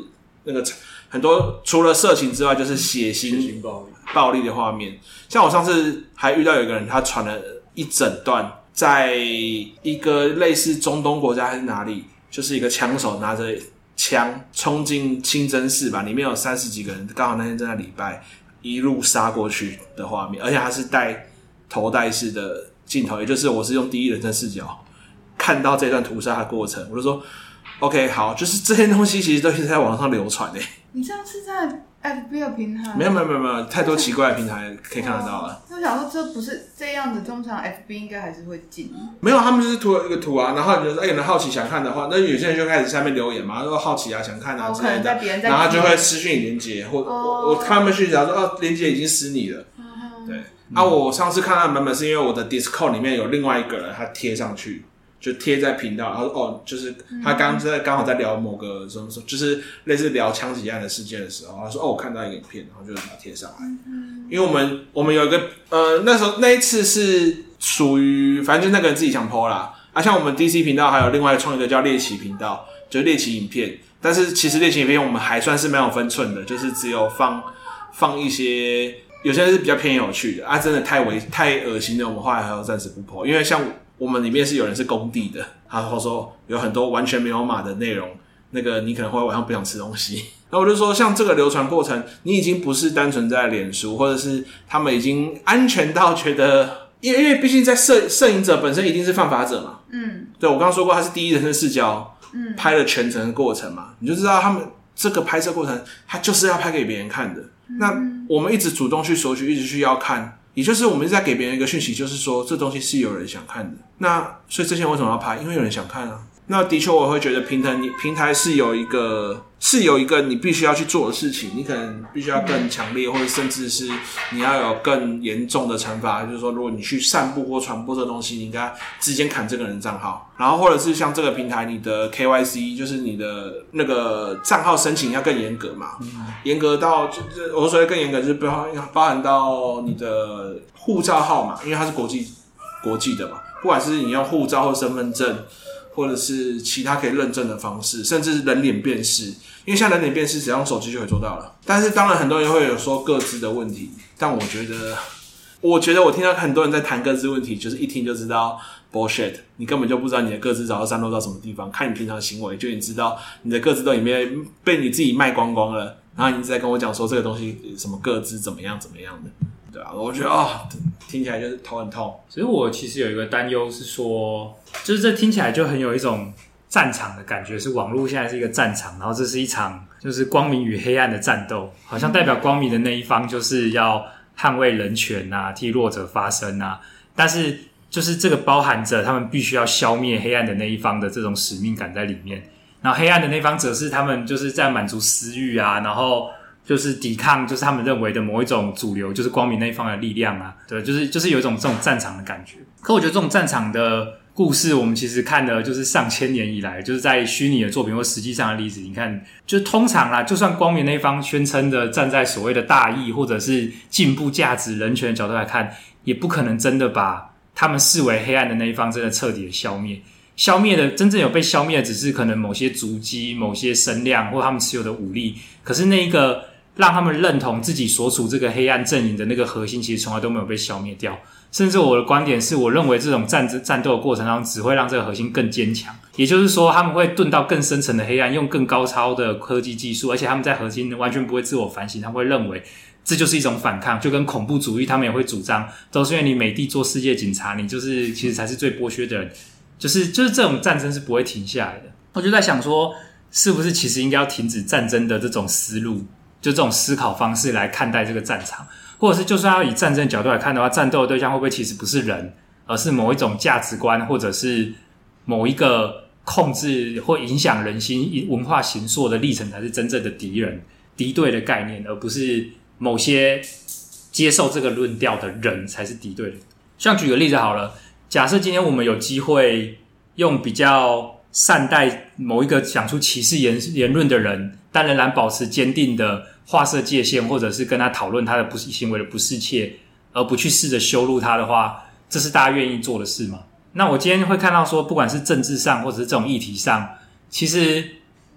那个很多除了色情之外，就是血腥暴力的画面。像我上次还遇到有一个人，他传了一整段，在一个类似中东国家还是哪里，就是一个枪手拿着枪冲进清真寺吧，里面有30几个人，刚好那天正在礼拜，一路杀过去的画面，而且他是头戴式的镜头，也就是我是用第一人称视角看到这段屠杀的过程，我就说 OK 好，就是这些东西其实都是在网上流传的。 你这样是在 FB 的平台？ 没有，太多奇怪的平台可以看得到了。 我想说，这不是这样子，通常 FB 应该还是会禁。 没有，他们就是涂了一个图啊，然后你就说，有人好奇想看的话，那有些人就开始下面留言嘛，说好奇啊，想看啊之类的，然后他就会私讯你连结，或我看他们讯息说，连结已经私你了。对，我上次看到的版本是因为我的 Discord 里面有另外一个人，他贴上去。就贴在频道，然后就是他刚好在聊某个什么，就是类似聊枪击案的事件的时候，他说我看到一个影片，然后就把它贴上来。因为我们有一个那一次是属于反正就那个人自己想 po 啦，像我们 DC 频道还有另外创一个叫猎奇频道，就是猎奇影片，但是其实猎奇影片我们还算是蛮有分寸的，就是只有放一些有些是比较偏有趣的真的太恶心的，我们后来还要暂时不 po， 因为像我们里面是有人是工地的，然后说有很多完全没有码的内容，那个你可能会晚上不想吃东西。然后我就说，像这个流传过程，你已经不是单纯在脸书，或者是他们已经安全到觉得，因为毕竟在摄影者本身一定是犯法者嘛。对，我刚刚说过，他是第一人称视角，拍了全程的过程嘛，你就知道他们这个拍摄过程，他就是要拍给别人看的。那我们一直主动去索取，一直去要看。也就是我们一直在给别人一个讯息，就是说这东西是有人想看的。那所以这些人为什么要拍？因为有人想看啊。那的确我会觉得平台是有一个你必须要去做的事情，你可能必须要更强烈，或者甚至是你要有更严重的惩罚，就是说如果你去散布或传播这个东西，你应该直接砍这个人账号，然后或者是像这个平台你的 KYC 就是你的那个账号申请要更严格嘛，严格到我所谓更严格就是包含到你的护照号码，因为它是国际的嘛，不管是你用护照或身份证或者是其他可以认证的方式，甚至是人脸辨识，因为像人脸辨识只要用手机就可以做到了。但是当然很多人会有说个资的问题，但我觉得我听到很多人在谈个资问题，就是一听就知道 bullshit， 你根本就不知道你的个资早就散落到什么地方，看你平常的行为就你知道你的个资都已经被你自己卖光光了，然后你一直在跟我讲说这个东西什么个资怎么样的，对啊，我觉得听起来就是头很痛。 所以我其实有一个担忧是说，就是这听起来就很有一种战场的感觉，是网络现在是一个战场，然后这是一场就是光明与黑暗的战斗，好像代表光明的那一方就是要捍卫人权啊，替弱者发声啊，但是就是这个包含着他们必须要消灭黑暗的那一方的这种使命感在里面，然后黑暗的那一方则是他们就是在满足私欲啊，然后就是抵抗，就是他们认为的某一种主流，就是光明那一方的力量啊，对，就是有一种这种战场的感觉。可我觉得这种战场的故事，我们其实看了就是上千年以来，就是在虚拟的作品或实际上的例子，你看，就通常啦，就算光明那一方宣称的站在所谓的大义或者是进步价值、人权的角度来看，也不可能真的把他们视为黑暗的那一方真的彻底的消灭。消灭的真正有被消灭的，只是可能某些足迹、某些声量或他们持有的武力，可是那一个让他们认同自己所处这个黑暗阵营的那个核心，其实从来都没有被消灭掉。甚至我的观点是，我认为这种战斗的过程当中，只会让这个核心更坚强。也就是说，他们会遁到更深层的黑暗，用更高超的科技技术，而且他们在核心完全不会自我反省，他们会认为这就是一种反抗，就跟恐怖主义他们也会主张，都是因为你美帝做世界警察，你就是其实才是最剥削的人。就是这种战争是不会停下来的。我就在想说，是不是其实应该要停止战争的这种思路，就这种思考方式来看待这个战场，或者是就算要以战争的角度来看的话，战斗的对象会不会其实不是人，而是某一种价值观，或者是某一个控制或影响人心文化形塑的历程才是真正的敌人、敌对的概念，而不是某些接受这个论调的人才是敌对的。像举个例子好了，假设今天我们有机会用比较善待某一个讲出歧视言论的人，但仍然保持坚定的划设界限，或者是跟他讨论他的行为的不适切，而不去试着羞辱他的话，这是大家愿意做的事吗？那我今天会看到说，不管是政治上或者是这种议题上，其实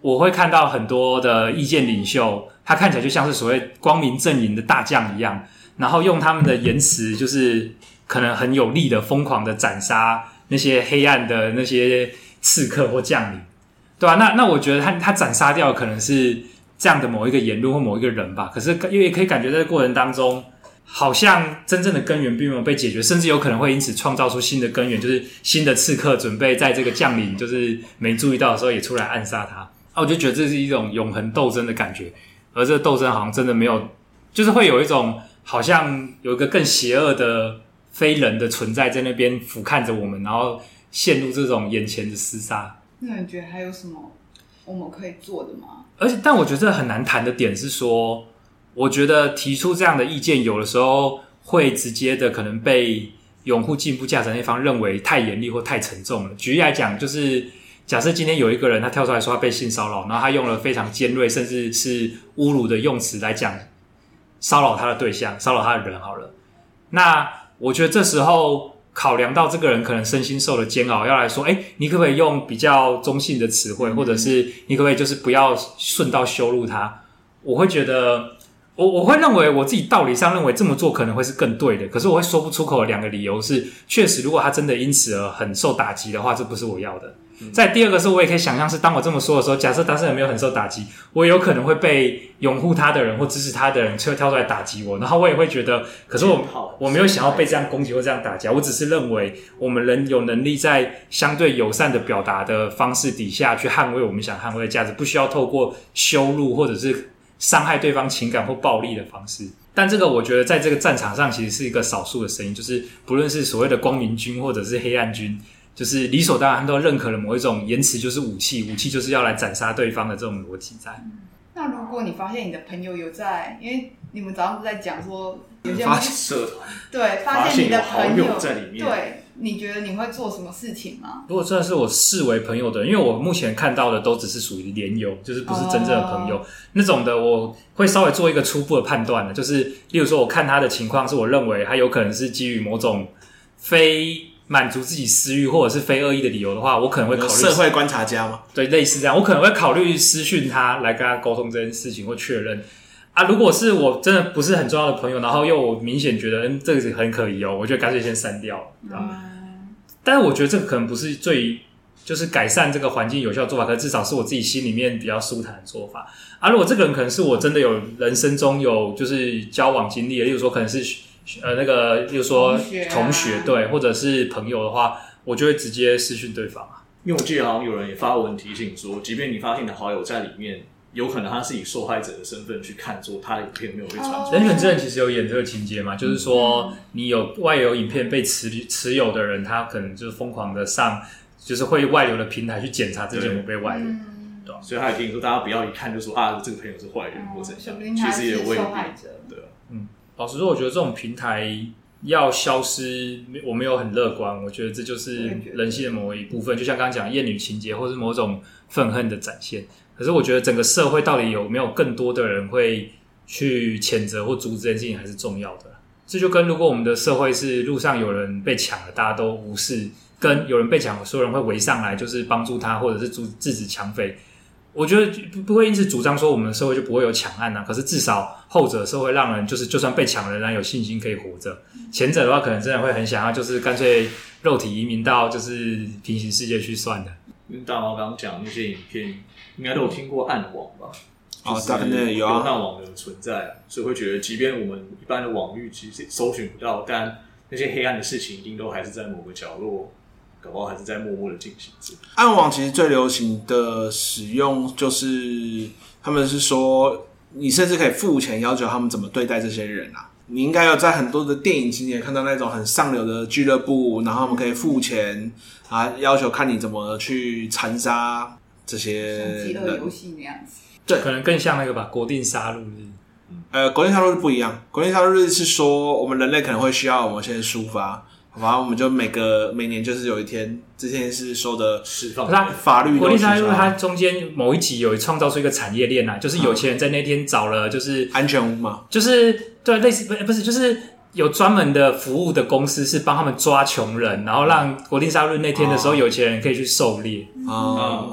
我会看到很多的意见领袖，他看起来就像是所谓光明阵营的大将一样，然后用他们的言辞，就是可能很有力的、疯狂的斩杀那些黑暗的那些刺客或将领，对吧？那我觉得他斩杀掉可能是这样的某一个言论或某一个人吧。可是因为可以感觉在这个过程当中，好像真正的根源并没有被解决，甚至有可能会因此创造出新的根源，就是新的刺客准备在这个将领就是没注意到的时候也出来暗杀他。我就觉得这是一种永恒斗争的感觉，而这个斗争好像真的没有，就是会有一种好像有一个更邪恶的非人的存在在那边俯瞰着我们，然后陷入这种眼前的厮杀。 那你觉得还有什么我们可以做的吗？ 但我觉得这很难谈的点是说，我觉得提出这样的意见有的时候会直接的可能被拥护进步价值那方认为太严厉或太沉重了。举例来讲，就是假设今天有一个人他跳出来说他被性骚扰，然后他用了非常尖锐甚至是侮辱的用词来讲骚扰他的对象，骚扰他的人好了，那我觉得这时候考量到这个人可能身心受了煎熬，要来说你可不可以用比较中性的词汇，或者是你可不可以就是不要顺道羞辱他，我会觉得我会认为我自己道理上认为这么做可能会是更对的，可是我会说不出口的两个理由是，确实如果他真的因此而很受打击的话，这不是我要的。再第二个是我也可以想象是当我这么说的时候，假设当事人没有很受打击，我也有可能会被拥护他的人或支持他的人跳出来打击我，然后我也会觉得可是我没有想要被这样攻击或这样打击，我只是认为我们人有能力在相对友善的表达的方式底下去捍卫我们想捍卫的价值，不需要透过羞辱或者是伤害对方情感或暴力的方式。但这个我觉得在这个战场上其实是一个少数的声音，就是不论是所谓的光明军或者是黑暗军，就是理所当然都认可了某一种言辞就是武器，武器就是要来斩杀对方的这种逻辑在。 那如果你发现你的朋友有在，因为你们早上不是在讲说有些发现社团， 对，发现你的朋友在里面， 对，你觉得你会做什么事情吗？ 如果真的是我视为朋友的人，因为我目前看到的都只是属于连友，就是不是真正的朋友，那种的我会稍微做一个初步的判断的，就是例如说我看他的情况是我认为他有可能是基于某种非满足自己私欲或者是非恶意的理由的话，我可能会考虑社会观察家嘛， 对，类似这样，我可能会考虑私讯他来跟他沟通这件事情或确认。如果是我真的不是很重要的朋友，然后又我明显觉得这个很可疑我觉得干脆先删掉。但是我觉得这个可能不是最就是改善这个环境有效的做法，可是至少是我自己心里面比较舒坦的做法。如果这个人可能是我真的有人生中有就是交往经历的，例如说可能是那个例如说同学对，或者是朋友的话，我就会直接私讯对方因为我记得好像有人也发文提醒说，即便你发现你的好友在里面，有可能他是以受害者的身份去看说他的影片没有被传出来。 人选之人其实有演这个情节嘛，就是说你有外流影片被持有的人，他可能就是疯狂的上就是会外流的平台去检查这节目被外流。 对，所以他也提醒说大家不要一看就说这个朋友是坏人或怎样，其实也未必。对， 老实说我觉得这种平台要消失我没有很乐观，我觉得这就是人性的某一部分，就像刚刚讲厌女情节或是某种愤恨的展现。可是我觉得整个社会到底有没有更多的人会去谴责或阻止这件事情还是重要的。这就跟如果我们的社会是路上有人被抢了大家都无视，跟有人被抢所有人会围上来就是帮助他或者是制止抢匪，我觉得不会因此主张说我们的社会就不会有抢案可是至少后者社会让人就是就算被抢了仍然有信心可以活着，前者的话可能真的会很想要就是干脆肉体移民到就是平行世界去算的。 因为大毛刚刚讲那些影片应该都有听过暗网吧， 大概有暗网的存在所以会觉得即便我们一般的网域其实搜寻不到，但那些黑暗的事情一定都还是在某个角落，搞不好还是在默默的进行着。 暗网其实最流行的使用就是他们是说你甚至可以付钱要求他们怎么对待这些人你应该有在很多的电影情节看到那种很上流的俱乐部，然后他们可以付钱要求看你怎么去残杀这些人， 饥饿游戏那样子。 对， 可能更像那个吧，国定杀戮日。 国定杀戮日不一样，国定杀戮日是说我们人类可能会需要某些抒发，然后我们就每年就是有一天，这件事说的释放法律。 国定杀戮日它中间某一集有创造出一个产业链就是有钱人在那天找了就是安全屋嘛， 就是对类似不是就是有专门的服务的公司是帮他们抓穷人，然后让国定杀戮日那天的时候有钱人可以去狩猎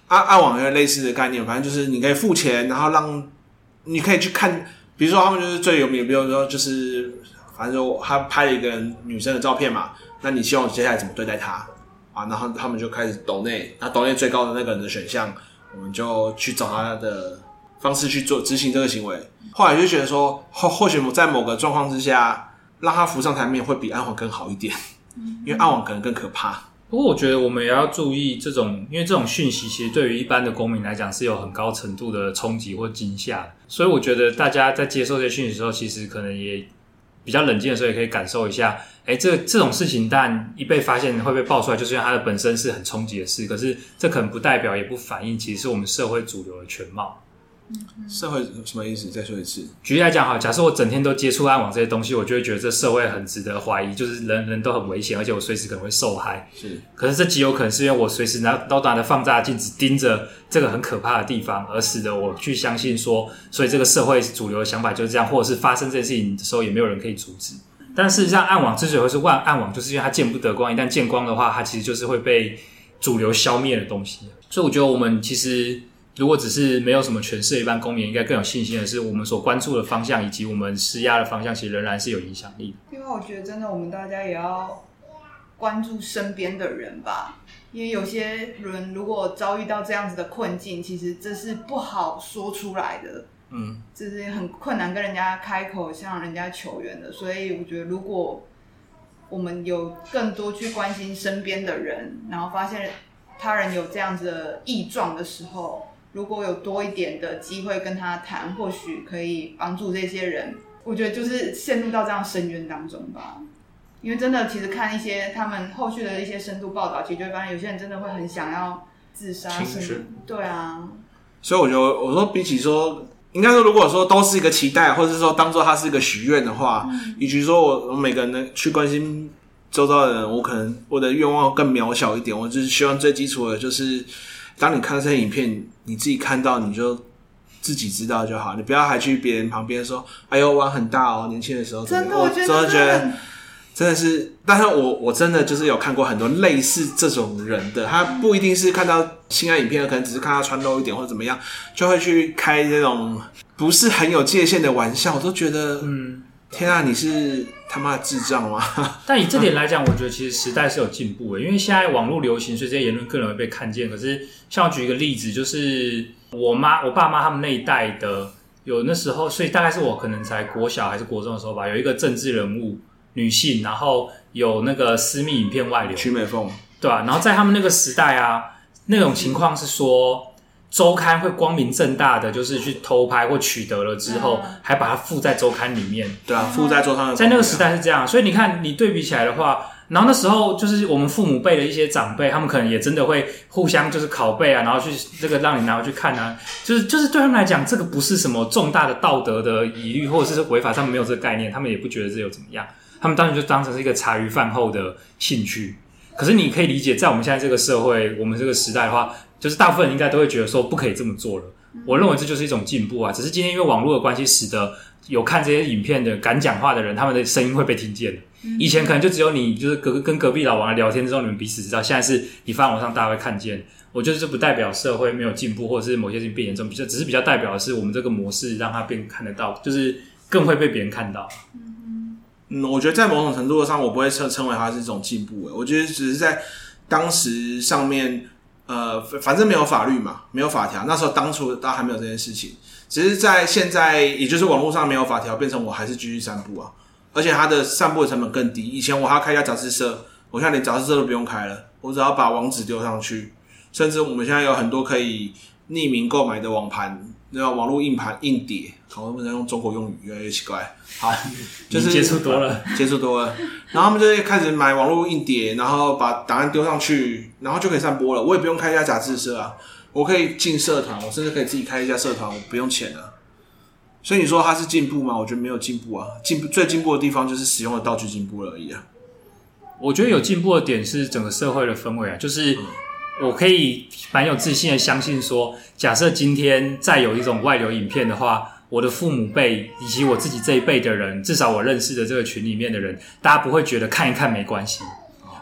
暗网有类似的概念，反正就是你可以付钱，然后让你可以去看，比如说他们就是最有名的，比如说就是反正就他拍了一个女生的照片嘛，那你希望接下来怎么对待她啊？然后他们就开始抖内，那抖内最高的那个人的选项，我们就去找他的方式去做执行这个行为。后来就觉得说，或许在某个状况之下，让他浮上台面会比暗网更好一点，因为暗网可能更可怕。 不过我觉得我们也要注意这种，因为这种讯息其实对于一般的公民来讲是有很高程度的冲击或惊吓的，所以我觉得大家在接受这些讯息的时候，其实可能也比较冷静的时候，也可以感受一下，这种事情但一被发现会被爆出来，就是因为它的本身是很冲击的事，可是这可能不代表也不反映其实是我们社会主流的全貌。 社会什么意思？再说一次。 举例来讲，好，假设我整天都接触暗网这些东西，我就会觉得这社会很值得怀疑，就是人都很危险，而且我随时可能会受害。 是， 可是这极有可能是因为我随时都拿着放大镜只盯着这个很可怕的地方，而使得我去相信说，所以这个社会主流的想法就是这样，或者是发生这件事情的时候也没有人可以阻止。但事实上，暗网之所以会是暗网，就是因为它见不得光，一旦见光的话，它其实就是会被主流消灭的东西。所以我觉得我们其实如果只是没有什么权势的一般公民，应该更有信心的是，我们所关注的方向以及我们施压的方向，其实仍然是有影响力的。 因为我觉得真的，我们大家也要关注身边的人吧，因为有些人如果遭遇到这样子的困境，其实这是不好说出来的，这是很困难跟人家开口向人家求援的。所以我觉得，如果我们有更多去关心身边的人，然后发现他人有这样子的异状的时候，如果有多一点的机会跟他谈，或许可以帮助这些人。我觉得就是陷入到这样深渊当中吧。因为真的，其实看一些他们后续的一些深度报道，其实就会发现有些人真的会很想要自杀，对啊。 所以我觉得，我说比起说，应该说，如果说都是一个期待，或者是说当做它是一个许愿的话，以及说我每个人能去关心周遭的人，我可能我的愿望更渺小一点。我就是希望最基础的就是。当你看到这些影片，你自己看到你就自己知道就好，你不要还去别人旁边说：“哎呦，玩很大哦！”年轻的时候， 真的， 我真的觉得真的是，但是我真的就是有看过很多类似这种人的，他不一定是看到性爱影片，可能只是看他穿露一点或者怎么样，就会去开这种不是很有界限的玩笑，我都觉得，天啊，你是他妈的智障吗？ 但以这点来讲，我觉得其实时代是有进步的，因为现在网络流行，所以这些言论更容易被看见。可是，像我举一个例子，就是我爸妈他们那一代的，有那时候，所以大概是我可能才国小还是国中的时候吧，有一个政治人物女性，然后有那个私密影片外流， 曲美凤， 对吧？然后在他们那个时代啊，那种情况是说。周刊会光明正大的就是去偷拍或取得了之后，还把它附在周刊里面。 对啊，附在周刊的。 在那个时代是这样，所以你看，你对比起来的话，然后那时候就是我们父母辈的一些长辈，他们可能也真的会互相就是拷贝啊，然后去这个让你拿回去看啊，就是对他们来讲，这个不是什么重大的道德的疑虑，或者是违法上面没有这个概念，他们也不觉得这有怎么样，他们当然就当成是一个茶余饭后的兴趣。可是你可以理解，在我们现在这个社会，我们这个时代的话，就是大部分人应该都会觉得说不可以这么做了。我认为这就是一种进步啊，只是今天因为网络的关系，使得有看这些影片的敢讲话的人，他们的声音会被听见。以前可能就只有你就是跟隔壁老王聊天之后，你们彼此知道，现在是你发网上大家会看见。我觉得这不代表社会没有进步，或者是某些事情变严重，只是比较代表的是我们这个模式让它变看得到，就是更会被别人看到。 我觉得在某种程度上，我不会称为它是一种进步。我觉得只是在当时上面，反正没有法律嘛，没有法条。那时候当初大家还没有这件事情，只是在现在，也就是网络上没有法条，变成我还是继续散布啊。而且它的散布的成本更低。以前我还要开一家杂志社，我现在连杂志社都不用开了，我只要把网址丢上去。甚至我们现在有很多可以匿名购买的网盘。那网络硬盘、硬碟，好，我们在用中国用语越来越奇怪。好，就是接触多了， 然后他们就会开始买网络硬碟，然后把档案丢上去，然后就可以散播了。我也不用开一家杂志社啊，我可以进社团，我甚至可以自己开一家社团，我不用钱啊。所以你说它是进步吗？我觉得没有进步啊。最进步的地方就是使用的道具进步了而已啊。 我觉得有进步的点是整个社会的氛围啊，就是我可以蛮有自信的相信说，假设今天再有一种外流影片的话，我的父母辈以及我自己这一辈的人，至少我认识的这个群里面的人，大家不会觉得看一看没关系，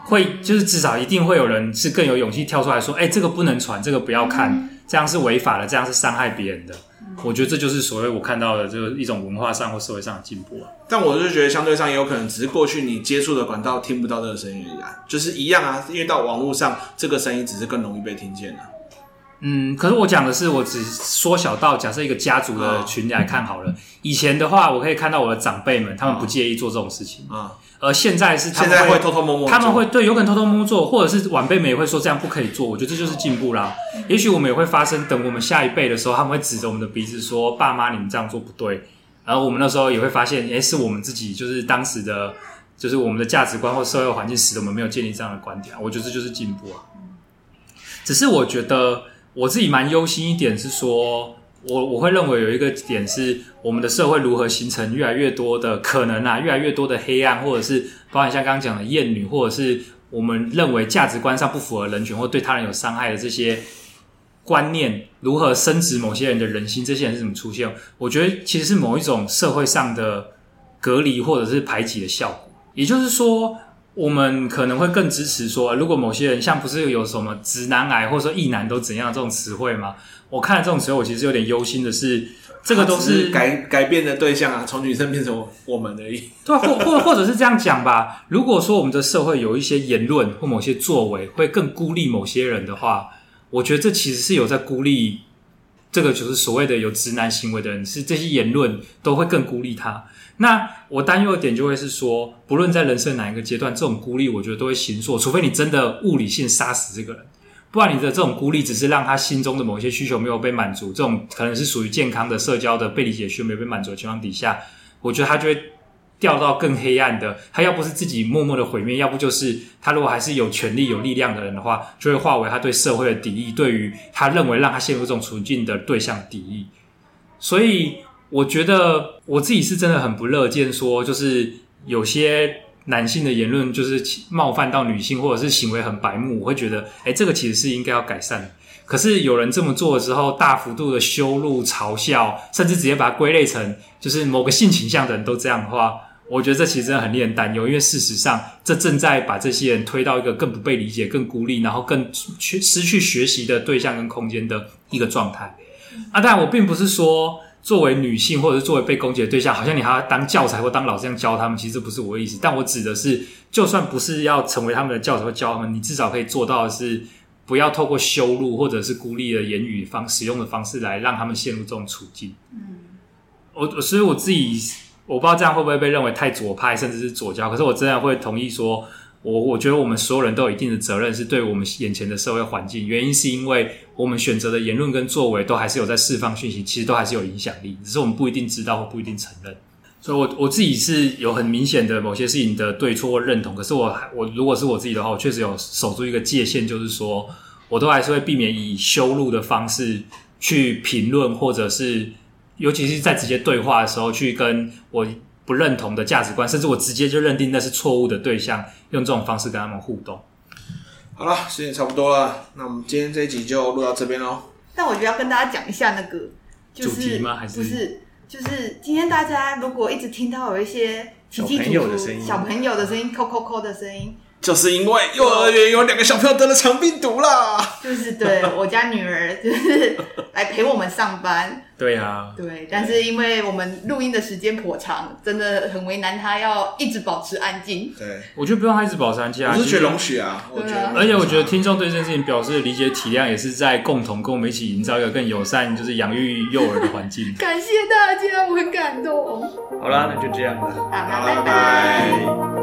会就是至少一定会有人是更有勇气跳出来说，这个不能传，这个不要看，这样是违法的，这样是伤害别人的。我觉得这就是所谓我看到的这个一种文化上或社会上的进步啊。 但我就觉得相对上也有可能只是过去你接触的管道听不到这个声音而已啊，就是一样啊，因为到网络上这个声音只是更容易被听见啊。 可是我讲的是，我只缩小到假设一个家族的群来看好了。以前的话，我可以看到我的长辈们，他们不介意做这种事情。而现在是他们会偷偷摸摸， 他们会对有可能偷偷摸摸做，或者是晚辈们也会说这样不可以做。我觉得这就是进步啦。也许我们也会发生，等我们下一辈的时候，他们会指着我们的鼻子说：“爸妈，你们这样做不对。”然后我们那时候也会发现，是我们自己就是当时的，就是我们的价值观或社会环境使得我们没有建立这样的观点。我觉得这就是进步啊。只是我觉得我自己蛮忧心一点是说。我会认为有一个点是我们的社会如何形成越来越多的可能啊，越来越多的黑暗，或者是包含像刚刚讲的厌女，或者是我们认为价值观上不符合人权或对他人有伤害的这些观念，如何深植某些人的人心，这些人是怎么出现？我觉得其实是某一种社会上的隔离或者是排挤的效果。也就是说，我们可能会更支持说，如果某些人像不是有什么直男癌或者说异男都怎样这种词汇吗？我看了这种词汇，我其实有点忧心的是，这个都是改变的对象啊，从女生变成我们而已。 对，或者是这样讲吧。如果说我们的社会有一些言论或某些作为会更孤立某些人的话，我觉得这其实是有在孤立这个就是所谓的有直男行为的人，是这些言论都会更孤立他。那我担忧的点就会是说，不论在人生哪一个阶段，这种孤立我觉得都会形塑，除非你真的物理性杀死这个人。不然你的这种孤立只是让他心中的某些需求没有被满足，这种可能是属于健康的社交的被理解需求没有被满足的情况底下，我觉得他就会掉到更黑暗的，他要不是自己默默的毁灭，要不就是他如果还是有权力有力量的人的话，就会化为他对社会的敌意，对于他认为让他陷入这种处境的对象的敌意。所以我觉得我自己是真的很不乐见说，就是有些男性的言论就是冒犯到女性，或者是行为很白目，我会觉得这个其实是应该要改善的。可是有人这么做的时候，大幅度的羞辱嘲笑，甚至直接把它归类成就是某个性倾向的人都这样的话，我觉得这其实真的很令人担忧。因为事实上这正在把这些人推到一个更不被理解更孤立，然后更失去学习的对象跟空间的一个状态。当然我并不是说作为女性或者是作为被攻击的对象，好像你还要当教材或当老师这样教他们，其实这不是我的意思。但我指的是，就算不是要成为他们的教材或教他们，你至少可以做到的是，不要透过羞辱或者是孤立的言语使用的方式来让他们陷入这种处境。所以我自己我不知道这样会不会被认为太左派甚至是左交，可是我真的会同意说，我觉得我们所有人都有一定的责任，是对我们眼前的社会环境。原因是因为我们选择的言论跟作为都还是有在释放讯息，其实都还是有影响力，只是我们不一定知道或不一定承认。所以我自己是有很明显的某些事情的对错或认同，可是我如果是我自己的话，我确实有守住一个界限，就是说我都还是会避免以羞辱的方式去评论，或者是尤其是在直接对话的时候去跟我不认同的价值观，甚至我直接就认定那是错误的对象，用这种方式跟他们互动。 好了，时间差不多了，那我们今天这一集就录到这边咯。 但我觉得要跟大家讲一下那个，就是主题吗？还是不是？就是今天大家如果一直听到有一些小朋友的声音、 小朋友的声音、扣扣扣的声音， 就是因为幼儿园有2个小朋友得了肠病毒啦。 就是对我家女儿就是来陪我们上班。 对啊， 对，但是因为我们录音的时间颇长，真的很为难她，要一直保持安静。 对， 我觉得不用他一直保持安静啊， 我是觉得容许啊，我觉得。 而且我觉得听众对这件事情表示的理解体谅，也是在共同跟我们一起营造一个更友善，就是养育幼儿的环境。 感谢大家，我很感动。 好啦，那就这样了， 好啦，拜拜。